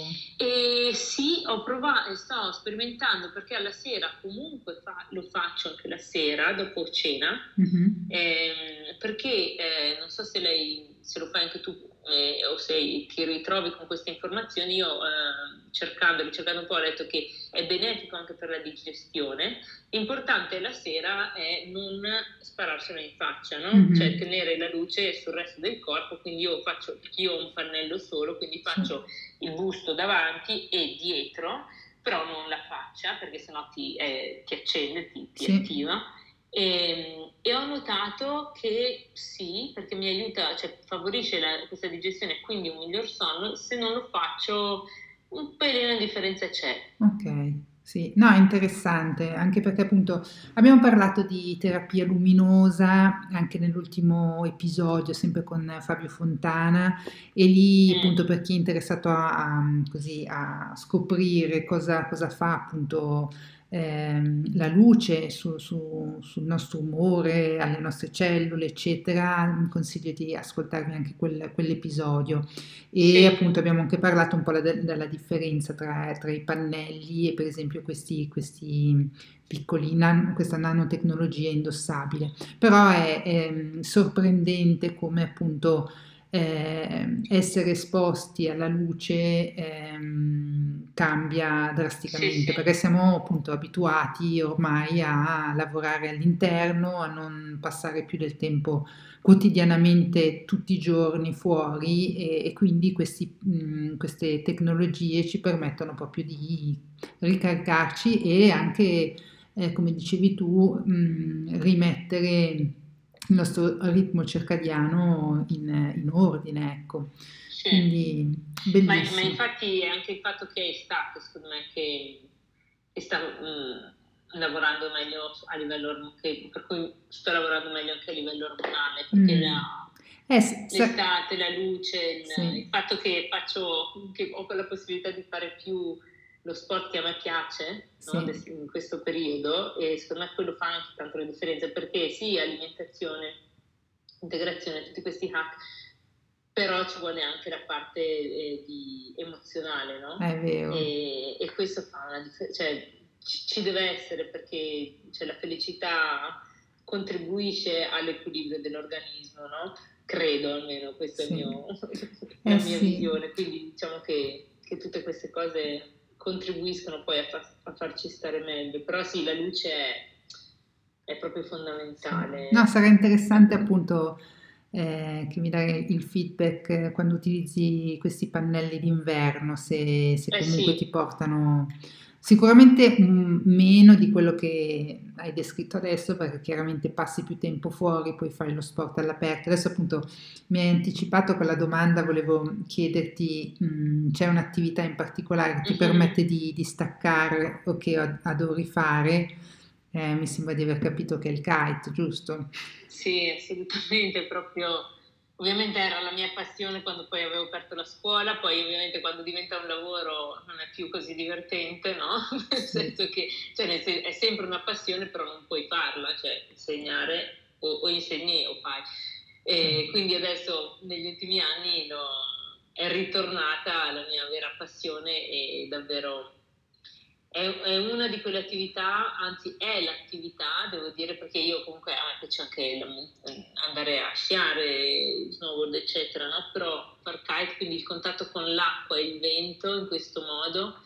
Sì, ho provato, sto sperimentando perché alla sera comunque lo faccio anche la sera dopo cena, perché non so se lo fai anche tu o se ti ritrovi con queste informazioni. Io cercando un po' ho detto che è benefico anche per la digestione. L'importante la sera è non spararselo in faccia, no? Cioè tenere la luce sul resto del corpo, quindi perché io ho un pannello solo, quindi faccio il busto davanti e dietro, però non la faccia, perché sennò ti accende, ti attiva. E ho notato che sì, perché mi aiuta, cioè favorisce questa digestione e quindi un miglior sonno. Se non lo faccio, un pelino di differenza c'è. Ok, sì, no, è interessante, anche perché appunto abbiamo parlato di terapia luminosa anche nell'ultimo episodio, sempre con Fabio Fontana, e lì appunto per chi è interessato così, a scoprire cosa fa appunto la luce sul nostro umore, alle nostre cellule, eccetera, consiglio di ascoltarvi anche quell'episodio. E appunto abbiamo anche parlato un po' della differenza tra i pannelli e per esempio questi piccoli, questa nanotecnologia indossabile. Però è sorprendente come appunto essere esposti alla luce cambia drasticamente, perché siamo appunto abituati ormai a lavorare all'interno, a non passare più del tempo quotidianamente tutti i giorni fuori e quindi queste tecnologie ci permettono proprio di ricaricarci e anche, come dicevi tu, rimettere il nostro ritmo circadiano in ordine, ecco. Sì. Quindi Ma bellissimo. infatti è anche il fatto che è estate, secondo me, che sta lavorando meglio a livello per cui sto lavorando meglio anche a livello ormonale, perché l'estate, la luce, il fatto che ho la possibilità di fare più lo sport che a me piace, no? In questo periodo, e secondo me quello fa anche tanto la differenza, perché sì, alimentazione, integrazione, tutti questi hack, però ci vuole anche la parte emozionale, no? È vero. E questo fa una differenza, cioè ci deve essere, perché la felicità contribuisce all'equilibrio dell'organismo, no? credo almeno, questa è sì. la mia Sì. visione, quindi diciamo che tutte queste cose contribuiscono poi a farci stare meglio, però sì, la luce è proprio Sì. No, fondamentale. sarà interessante appunto che mi dai il feedback quando utilizzi questi pannelli d'inverno, se Eh comunque ti sì, portano sicuramente meno di quello che hai descritto adesso, perché chiaramente passi più tempo fuori, poi fai lo sport all'aperto. Adesso appunto mi hai anticipato con la domanda, volevo chiederti, c'è un'attività in particolare che ti mhm. permette di staccare o che adori fare? Mi sembra di aver capito che è il kite, giusto? Sì, assolutamente, proprio, ovviamente era la mia passione quando poi avevo aperto la scuola, poi ovviamente quando diventa un lavoro non è più così divertente, no? Nel Sì. senso che cioè, è sempre una passione, però non puoi farla, cioè insegnare o insegni o fai. Sì. E quindi adesso negli ultimi anni è ritornata la mia vera passione e davvero è una di quelle attività, anzi è l'attività, devo dire, perché io comunque a me piace anche andare a sciare, snowboard, eccetera, no? Però far kite, quindi il contatto con l'acqua e il vento in questo modo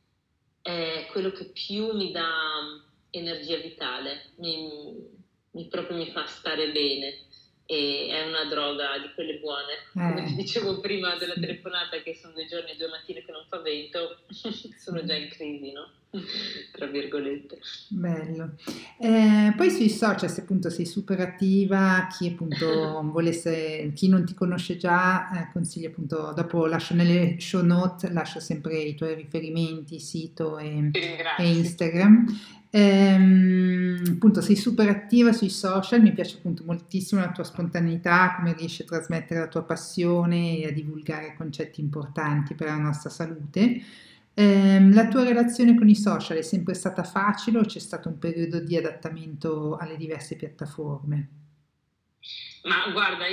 è quello che più mi dà energia vitale, proprio mi fa stare bene e è una droga di quelle buone. Come ti dicevo prima della Sì, telefonata, che sono 2 giorni e 2 mattine che non fa vento, sì. sono già in crisi, no? Tra virgolette. Bello. Poi sui social, se appunto sei super attiva, chi appunto volesse, chi non ti conosce già, consiglio appunto, dopo lascio nelle show note, lascio sempre i tuoi riferimenti, sito Ti e ringrazio. Instagram. Appunto sei super attiva sui social, mi piace appunto moltissimo la tua spontaneità, come riesci a trasmettere la tua passione e a divulgare concetti importanti per la nostra salute. La tua relazione con i social è sempre stata facile o c'è stato un periodo di adattamento alle diverse piattaforme? Ma guarda,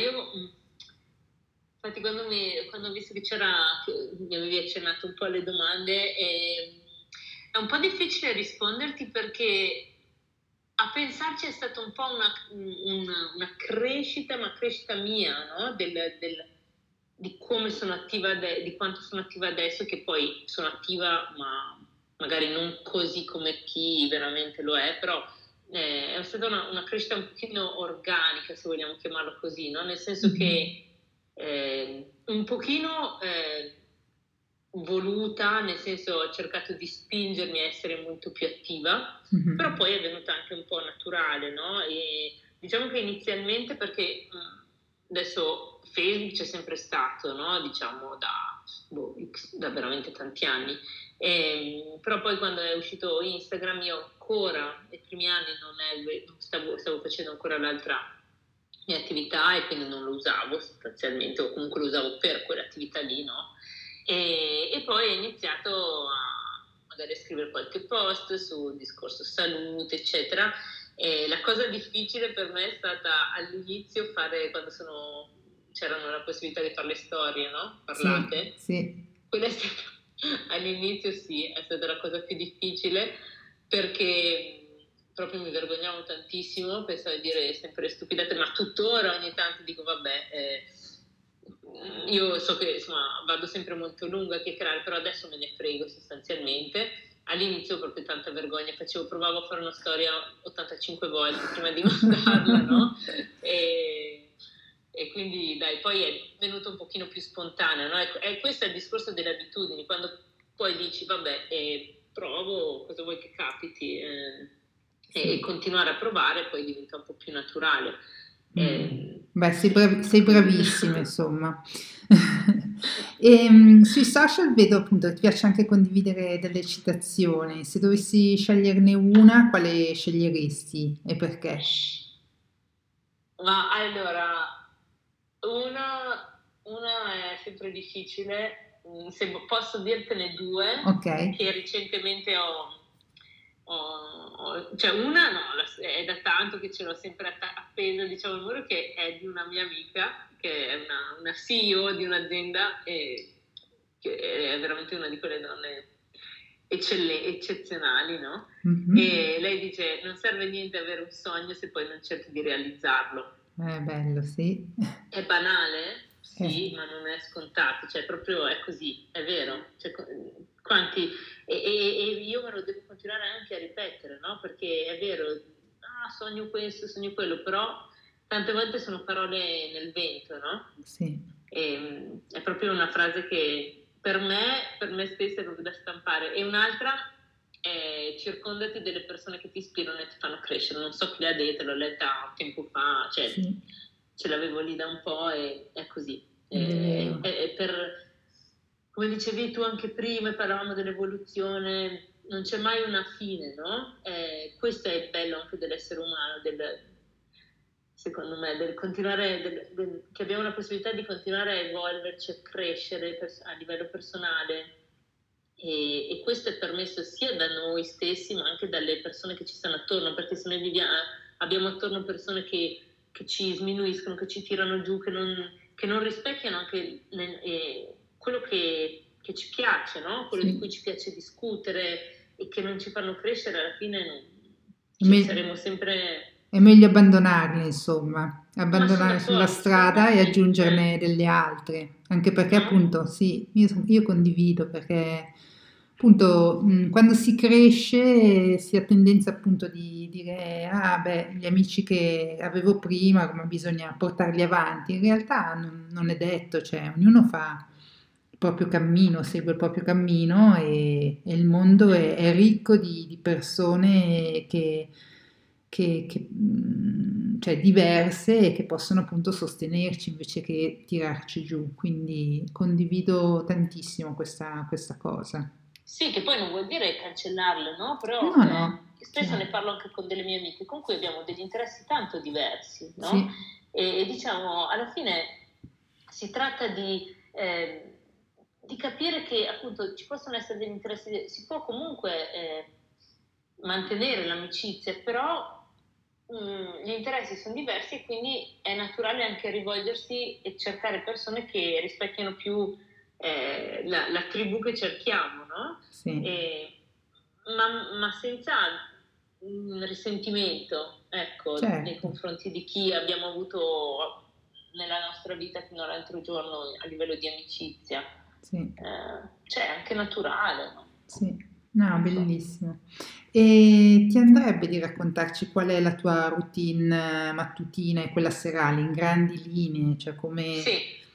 infatti quando ho visto che mi avevi accennato un po' alle domande, è un po' difficile risponderti perché a pensarci è stata un po' una crescita, ma crescita mia, no? Di come sono attiva, di quanto sono attiva adesso, che poi sono attiva, ma magari non così come chi veramente lo è, però è stata una crescita un pochino organica, se vogliamo chiamarlo così, no? Nel senso Mhm, che un pochino voluta, nel senso ho cercato di spingermi a essere molto più attiva, però mhm. poi è venuta anche un po' naturale, no? E diciamo che inizialmente perché adesso Facebook c'è sempre stato, no? Diciamo da veramente tanti anni. Però poi quando è uscito Instagram io ancora, nei primi anni non stavo facendo ancora l'altra mia attività e quindi non lo usavo sostanzialmente, o comunque lo usavo per quell'attività lì, no? E poi ho iniziato a magari a scrivere qualche post sul discorso salute, eccetera. E la cosa difficile per me è stata all'inizio c'erano la possibilità di fare le storie, no? Sì, Parlate. sì. Quella è stata, all'inizio sì, è stata la cosa più difficile perché proprio mi vergognavo tantissimo, pensavo di dire sempre stupidate, ma tuttora ogni tanto dico vabbè, io so che insomma vado sempre molto lunga a chiacchierare, però adesso me ne frego sostanzialmente. All'inizio proprio tanta vergogna, provavo a fare una storia 85 volte prima di mandarla, no? E, e quindi dai, poi è venuto un pochino più spontaneo, no? Questo è il discorso delle abitudini, quando poi dici vabbè, provo, cosa vuoi che capiti, e Sì. continuare a provare poi diventa un po' più naturale. Mm. Eh, Beh, sei quindi bravissima, insomma. Sui social vedo appunto che ti piace anche condividere delle citazioni. Se dovessi sceglierne una, quale sceglieresti e perché? Ma allora, una è sempre difficile, se posso dirtene due Ok. che recentemente cioè una no, è da tanto che ce l'ho sempre appesa, diciamo, il muro, che è di una mia amica, che è una CEO di un'azienda e che è veramente una di quelle donne eccezionali, no? Mhm. E lei dice: non serve niente avere un sogno se poi non cerchi di realizzarlo. È bello, sì. È banale? Eh, Sì, ma non è scontato, cioè proprio è così, è vero. Cioè, quanti, e io me lo devo continuare anche a ripetere, no? Perché è vero, ah, sogno questo, sogno quello, però tante volte sono parole nel vento, no? sì, È proprio una frase che per me stessa è proprio da stampare. E un'altra è circondati delle persone che ti ispirano e ti fanno crescere. Non so chi l'ha detta, l'ho letta tempo fa, cioè sì, ce l'avevo lì da un po' e è così. ed è vero. È per, come dicevi tu anche prima, parlavamo dell'evoluzione, non c'è mai una fine, no? Questo è il bello anche dell'essere umano, secondo me, del continuare, che abbiamo la possibilità di continuare a evolverci, a crescere a livello personale. E questo è permesso sia da noi stessi, ma anche dalle persone che ci stanno attorno, perché se noi abbiamo attorno persone che ci sminuiscono, che ci tirano giù, che non rispecchiano anche quello che ci piace, no? Quello di Sì. cui ci piace discutere e che non ci fanno crescere, alla fine È, me- saremo sempre. è meglio abbandonarle, insomma, Ma sono abbandonare sulla d'accordo, secondo me strada e sì, cioè, aggiungerne delle altre, anche perché no? appunto sì, io condivido perché appunto quando si cresce si ha tendenza appunto di dire ah beh, gli amici che avevo prima, come bisogna portarli avanti, in realtà non è detto, cioè ognuno fa il proprio cammino, segue il proprio cammino e il mondo è ricco di persone cioè diverse e che possono appunto sostenerci invece che tirarci giù. Quindi condivido tantissimo questa cosa. Sì, che poi non vuol dire cancellarle, no? Però No, no, spesso ne chiaro. parlo anche con delle mie amiche con cui abbiamo degli interessi tanto diversi, no? Sì, E diciamo, alla fine si tratta di capire che appunto ci possono essere degli interessi, si può comunque mantenere l'amicizia, però gli interessi sono diversi e quindi è naturale anche rivolgersi e cercare persone che rispecchiano più la tribù che cerchiamo, no? sì, E- ma senza un risentimento, ecco, nei certo, confronti di chi abbiamo avuto nella nostra vita fino all'altro giorno a livello di amicizia. sì, Cioè, anche naturale, no? sì. No, Non so. bellissimo. E ti andrebbe di raccontarci qual è la tua routine mattutina e quella serale in grandi linee, cioè Sì,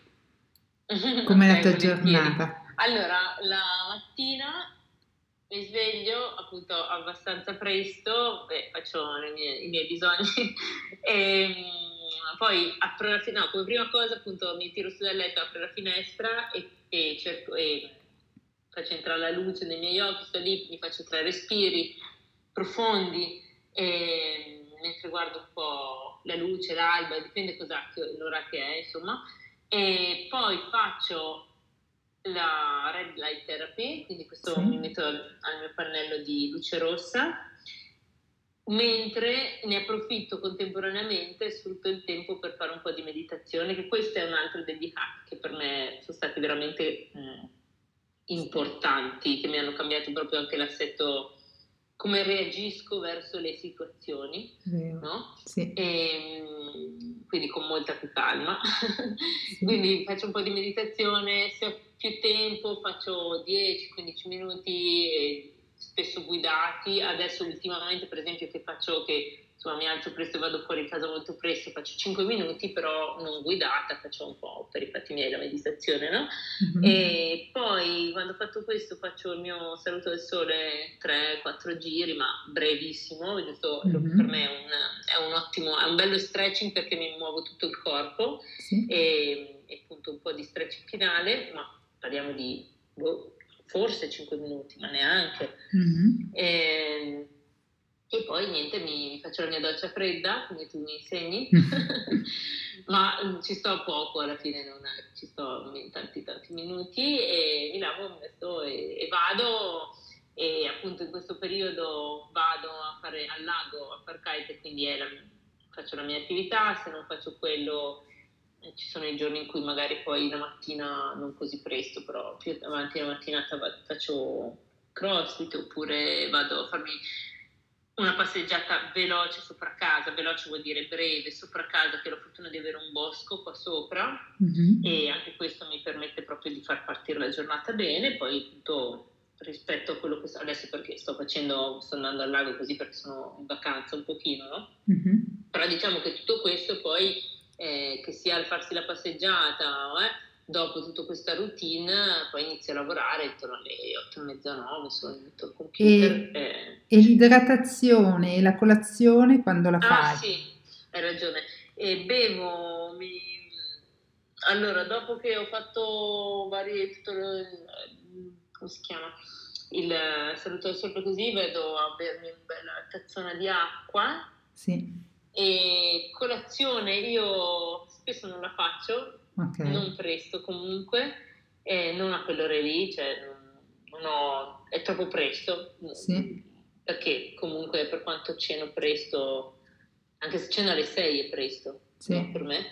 com'è la ok, tua volentieri. giornata? Allora, la mattina mi sveglio appunto abbastanza presto, beh, faccio i miei bisogni e poi apro no, come prima cosa appunto mi tiro su dal letto, apro la finestra e cerco e faccio entrare la luce nei miei occhi, sto lì, mi faccio 3 respiri profondi mentre guardo un po' la luce, l'alba, dipende l'ora che è, insomma, e poi faccio la red light therapy, quindi questo Sì? mi metto al mio pannello di luce rossa, mentre ne approfitto contemporaneamente, sfrutto il tempo per fare un po' di meditazione, che questo è un altro degli hack che per me sono stati veramente importanti, che mi hanno cambiato proprio anche l'assetto, come reagisco verso le situazioni, Vero? no? Sì, Quindi con molta più calma. sì. Quindi faccio un po' di meditazione, se ho più tempo faccio 10-15 minuti, spesso guidati. Adesso ultimamente per esempio che insomma, mi alzo presto e vado fuori casa molto presto, faccio 5 minuti, però non guidata, faccio un po' per i fatti miei la meditazione, no? Mhm. E poi quando ho fatto questo faccio il mio saluto del sole 3-4 giri, ma brevissimo, giusto, per me Mhm. è un ottimo, è un bello stretching perché mi muovo tutto il corpo Sì. e appunto un po' di stretching finale, ma parliamo di forse 5 minuti, ma neanche. Mhm. E, e poi niente, mi faccio la mia doccia fredda, come tu mi insegni, ma ci sto poco alla fine, ci sto in tanti minuti e mi lavo, mi vesto e vado e appunto in questo periodo vado a fare al lago a far kite, quindi faccio la mia attività, se non faccio quello ci sono i giorni in cui magari poi la mattina, non così presto, però più avanti la mattinata faccio CrossFit oppure vado a farmi una passeggiata veloce sopra casa, veloce vuol dire breve, sopra casa, che ho la fortuna di avere un bosco qua sopra, e anche questo mi permette proprio di far partire la giornata bene. Poi tutto rispetto a quello che adesso, perché sto andando al lago così perché sono in vacanza un pochino, no? Però diciamo che tutto questo poi, che sia il farsi la passeggiata, dopo tutta questa routine, poi inizio a lavorare intorno alle 8 e mezza, 9, sono al computer. E l'idratazione e la colazione quando la Ah fai? sì, hai ragione. E bevo, allora, dopo che ho fatto come si chiama? Il saluto al sole così, vado a bermi una bella tazzona di acqua. Sì. E colazione io spesso non la faccio, non presto comunque, non a quell'ora lì, cioè è troppo presto, Sì. perché comunque per quanto ceno presto, anche se ceno alle 6 è presto, sì. No, per me.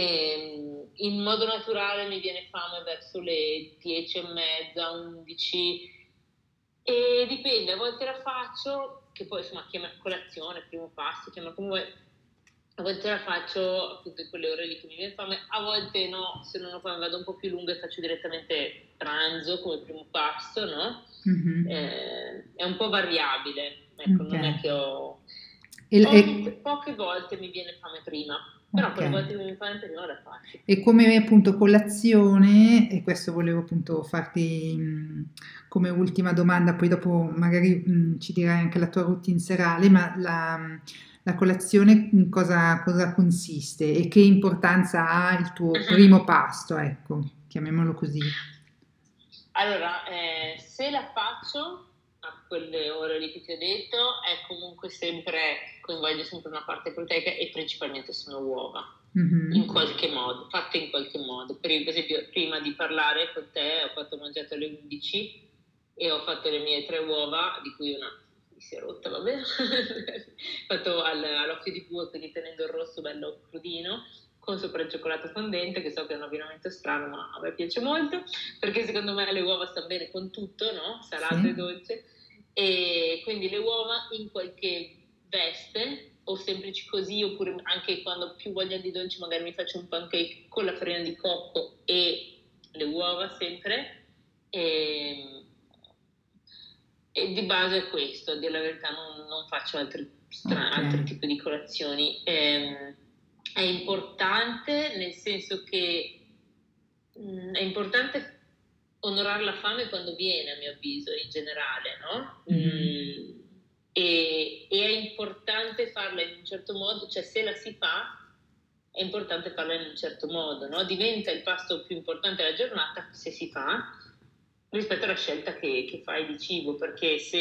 In modo naturale mi viene fame verso le 10 e mezza, 11, e dipende, a volte la faccio, che poi insomma chiama colazione, primo pasto, chiama come a volte la faccio appunto in quelle ore lì che mi viene fame, a volte no, se non ho fame vado un po' più lunga e faccio direttamente pranzo come primo pasto, no? È un po' variabile, ecco, non è che poche volte mi viene fame prima, però quelle volte che mi viene fame prima la faccio. E come appunto colazione, e questo volevo appunto farti come ultima domanda, poi dopo magari ci dirai anche la tua routine serale, ma la colazione in cosa consiste e che importanza ha il tuo primo pasto, ecco, chiamiamolo così. Allora, se la faccio a quelle ore lì che ti ho detto, è comunque coinvolge sempre una parte proteica e principalmente sono uova, in qualche modo, fatte in qualche modo. Per esempio, prima di parlare con te ho mangiato alle 11 e ho fatto le mie 3 uova, di cui una mi si è rotta, vabbè, fatto all'occhio di bue, quindi tenendo il rosso bello crudino, con sopra il cioccolato fondente, che so che è un abbinamento strano, ma a me piace molto, perché secondo me le uova stanno bene con tutto, no? Salato e dolce. E quindi le uova in qualche veste, o semplici così, oppure anche quando ho più voglia di dolce magari mi faccio un pancake con la farina di cocco e le uova sempre. E di base è questo, a dire la verità non faccio altri tipi di colazioni. È importante nel senso che è importante onorare la fame quando viene, a mio avviso, in generale, no? E è importante farla in un certo modo, cioè se la si fa è importante farla in un certo modo, no? Diventa il pasto più importante della giornata se si fa rispetto alla scelta che fai di cibo, perché se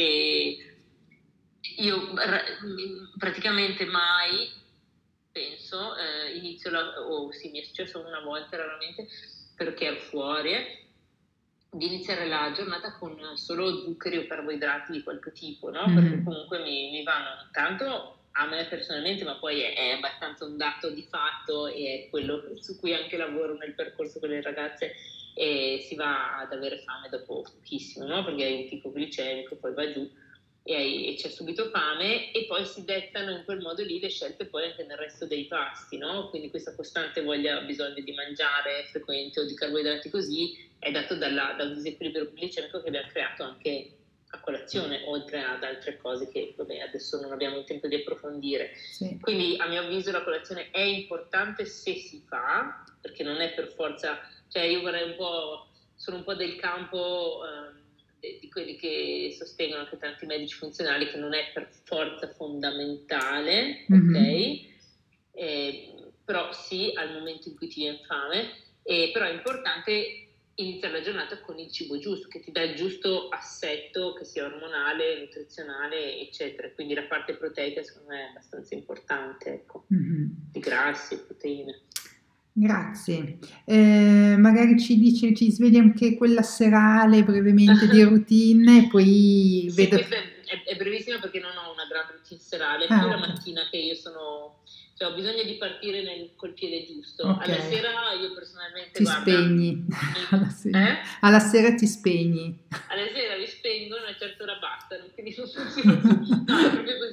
io praticamente mai penso, sì, mi è successo una volta raramente perché ero fuori, di iniziare la giornata con solo zuccheri o carboidrati di qualche tipo, no? Perché comunque mi vanno tanto a me personalmente, ma poi è abbastanza un dato di fatto e è quello su cui anche lavoro nel percorso con le ragazze, e si va ad avere fame dopo pochissimo, no? Perché hai un picco glicemico, poi va giù e c'è subito fame, e poi si dettano in quel modo lì le scelte poi anche nel resto dei pasti, no? Quindi questa costante bisogno di mangiare frequente o di carboidrati così è dato da un disequilibrio glicemico che abbiamo creato anche a colazione, oltre ad altre cose che vabbè, adesso non abbiamo il tempo di approfondire. Sì. Quindi a mio avviso la colazione è importante se si fa, perché non è per forza, cioè io sono un po' del campo di quelli che sostengono anche tanti medici funzionali che non è per forza fondamentale, ok? Però sì, al momento in cui ti viene fame, però è importante iniziare la giornata con il cibo giusto, che ti dà il giusto assetto, che sia ormonale, nutrizionale, eccetera. Quindi la parte proteica secondo me è abbastanza importante, ecco, di grassi, proteine. Grazie. Magari ci svegli anche quella serale brevemente di routine e poi sì, vedo... questa è brevissima perché non ho una gran routine serale, più la mattina che io cioè ho bisogno di partire col piede giusto. Alla sera io personalmente spegni. Alla sera ti spegni. Alla sera mi spengo, a una certa ora bastano, quindi non funziona più. No, è proprio così.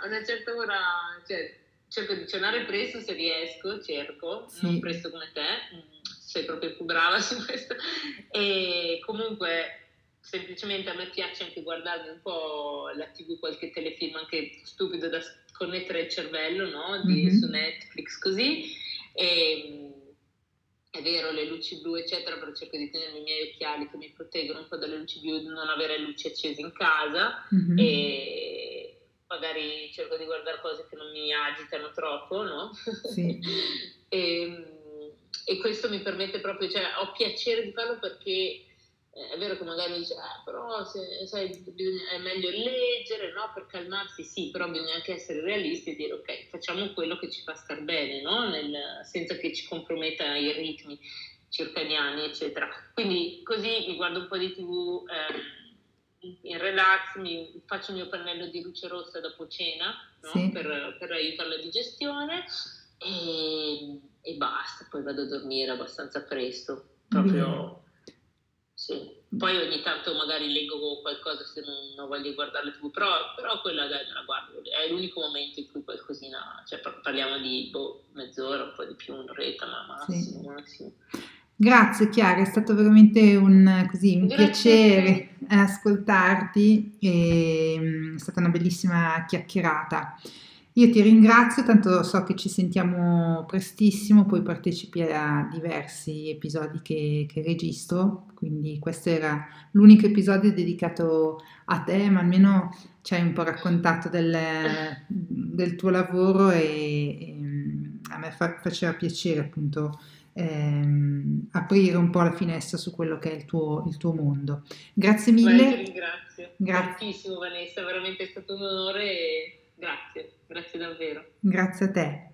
a una certa ora, cioè, cerco di cenare presto se riesco, cerco, Sì. non presto come te, sei proprio più brava su questo. E comunque semplicemente a me piace anche guardarmi un po' la TV, qualche telefilm anche stupido da connettere il cervello, no? Su Netflix così. E, è vero, le luci blu eccetera, però cerco di tenermi i miei occhiali che mi proteggono un po' dalle luci blu, non avere luci accese in casa e magari cerco di guardare cose che non mi agitano troppo, no? Sì. E questo mi permette proprio, cioè ho piacere di farlo perché è vero che magari dice, però sai, è meglio leggere, no? Per calmarsi, sì, però bisogna anche essere realisti e dire, ok, facciamo quello che ci fa star bene, no? Senza che ci comprometta i ritmi circadiani, eccetera. Quindi così mi guardo un po' di TV in relax, mi faccio il mio pannello di luce rossa dopo cena, no? Sì. Per aiutare la digestione e basta, poi vado a dormire abbastanza presto, proprio... Sì. Poi ogni tanto magari leggo qualcosa se non voglio guardare la TV, però quella dai, me la guardo, è l'unico momento in cui qualcosina, cioè parliamo di mezz'ora, un po' di più, un'oretta, ma massimo. Grazie Chiara, è stato veramente un piacere ascoltarti, è stata una bellissima chiacchierata. Io ti ringrazio, tanto so che ci sentiamo prestissimo, poi partecipi a diversi episodi che registro, quindi questo era l'unico episodio dedicato a te, ma almeno ci hai un po' raccontato del tuo lavoro e a me faceva piacere appunto aprire un po' la finestra su quello che è il tuo mondo. Grazie mille. Ti ringrazio. Tantissimo Vanessa, veramente è stato un onore e grazie davvero. Grazie a te.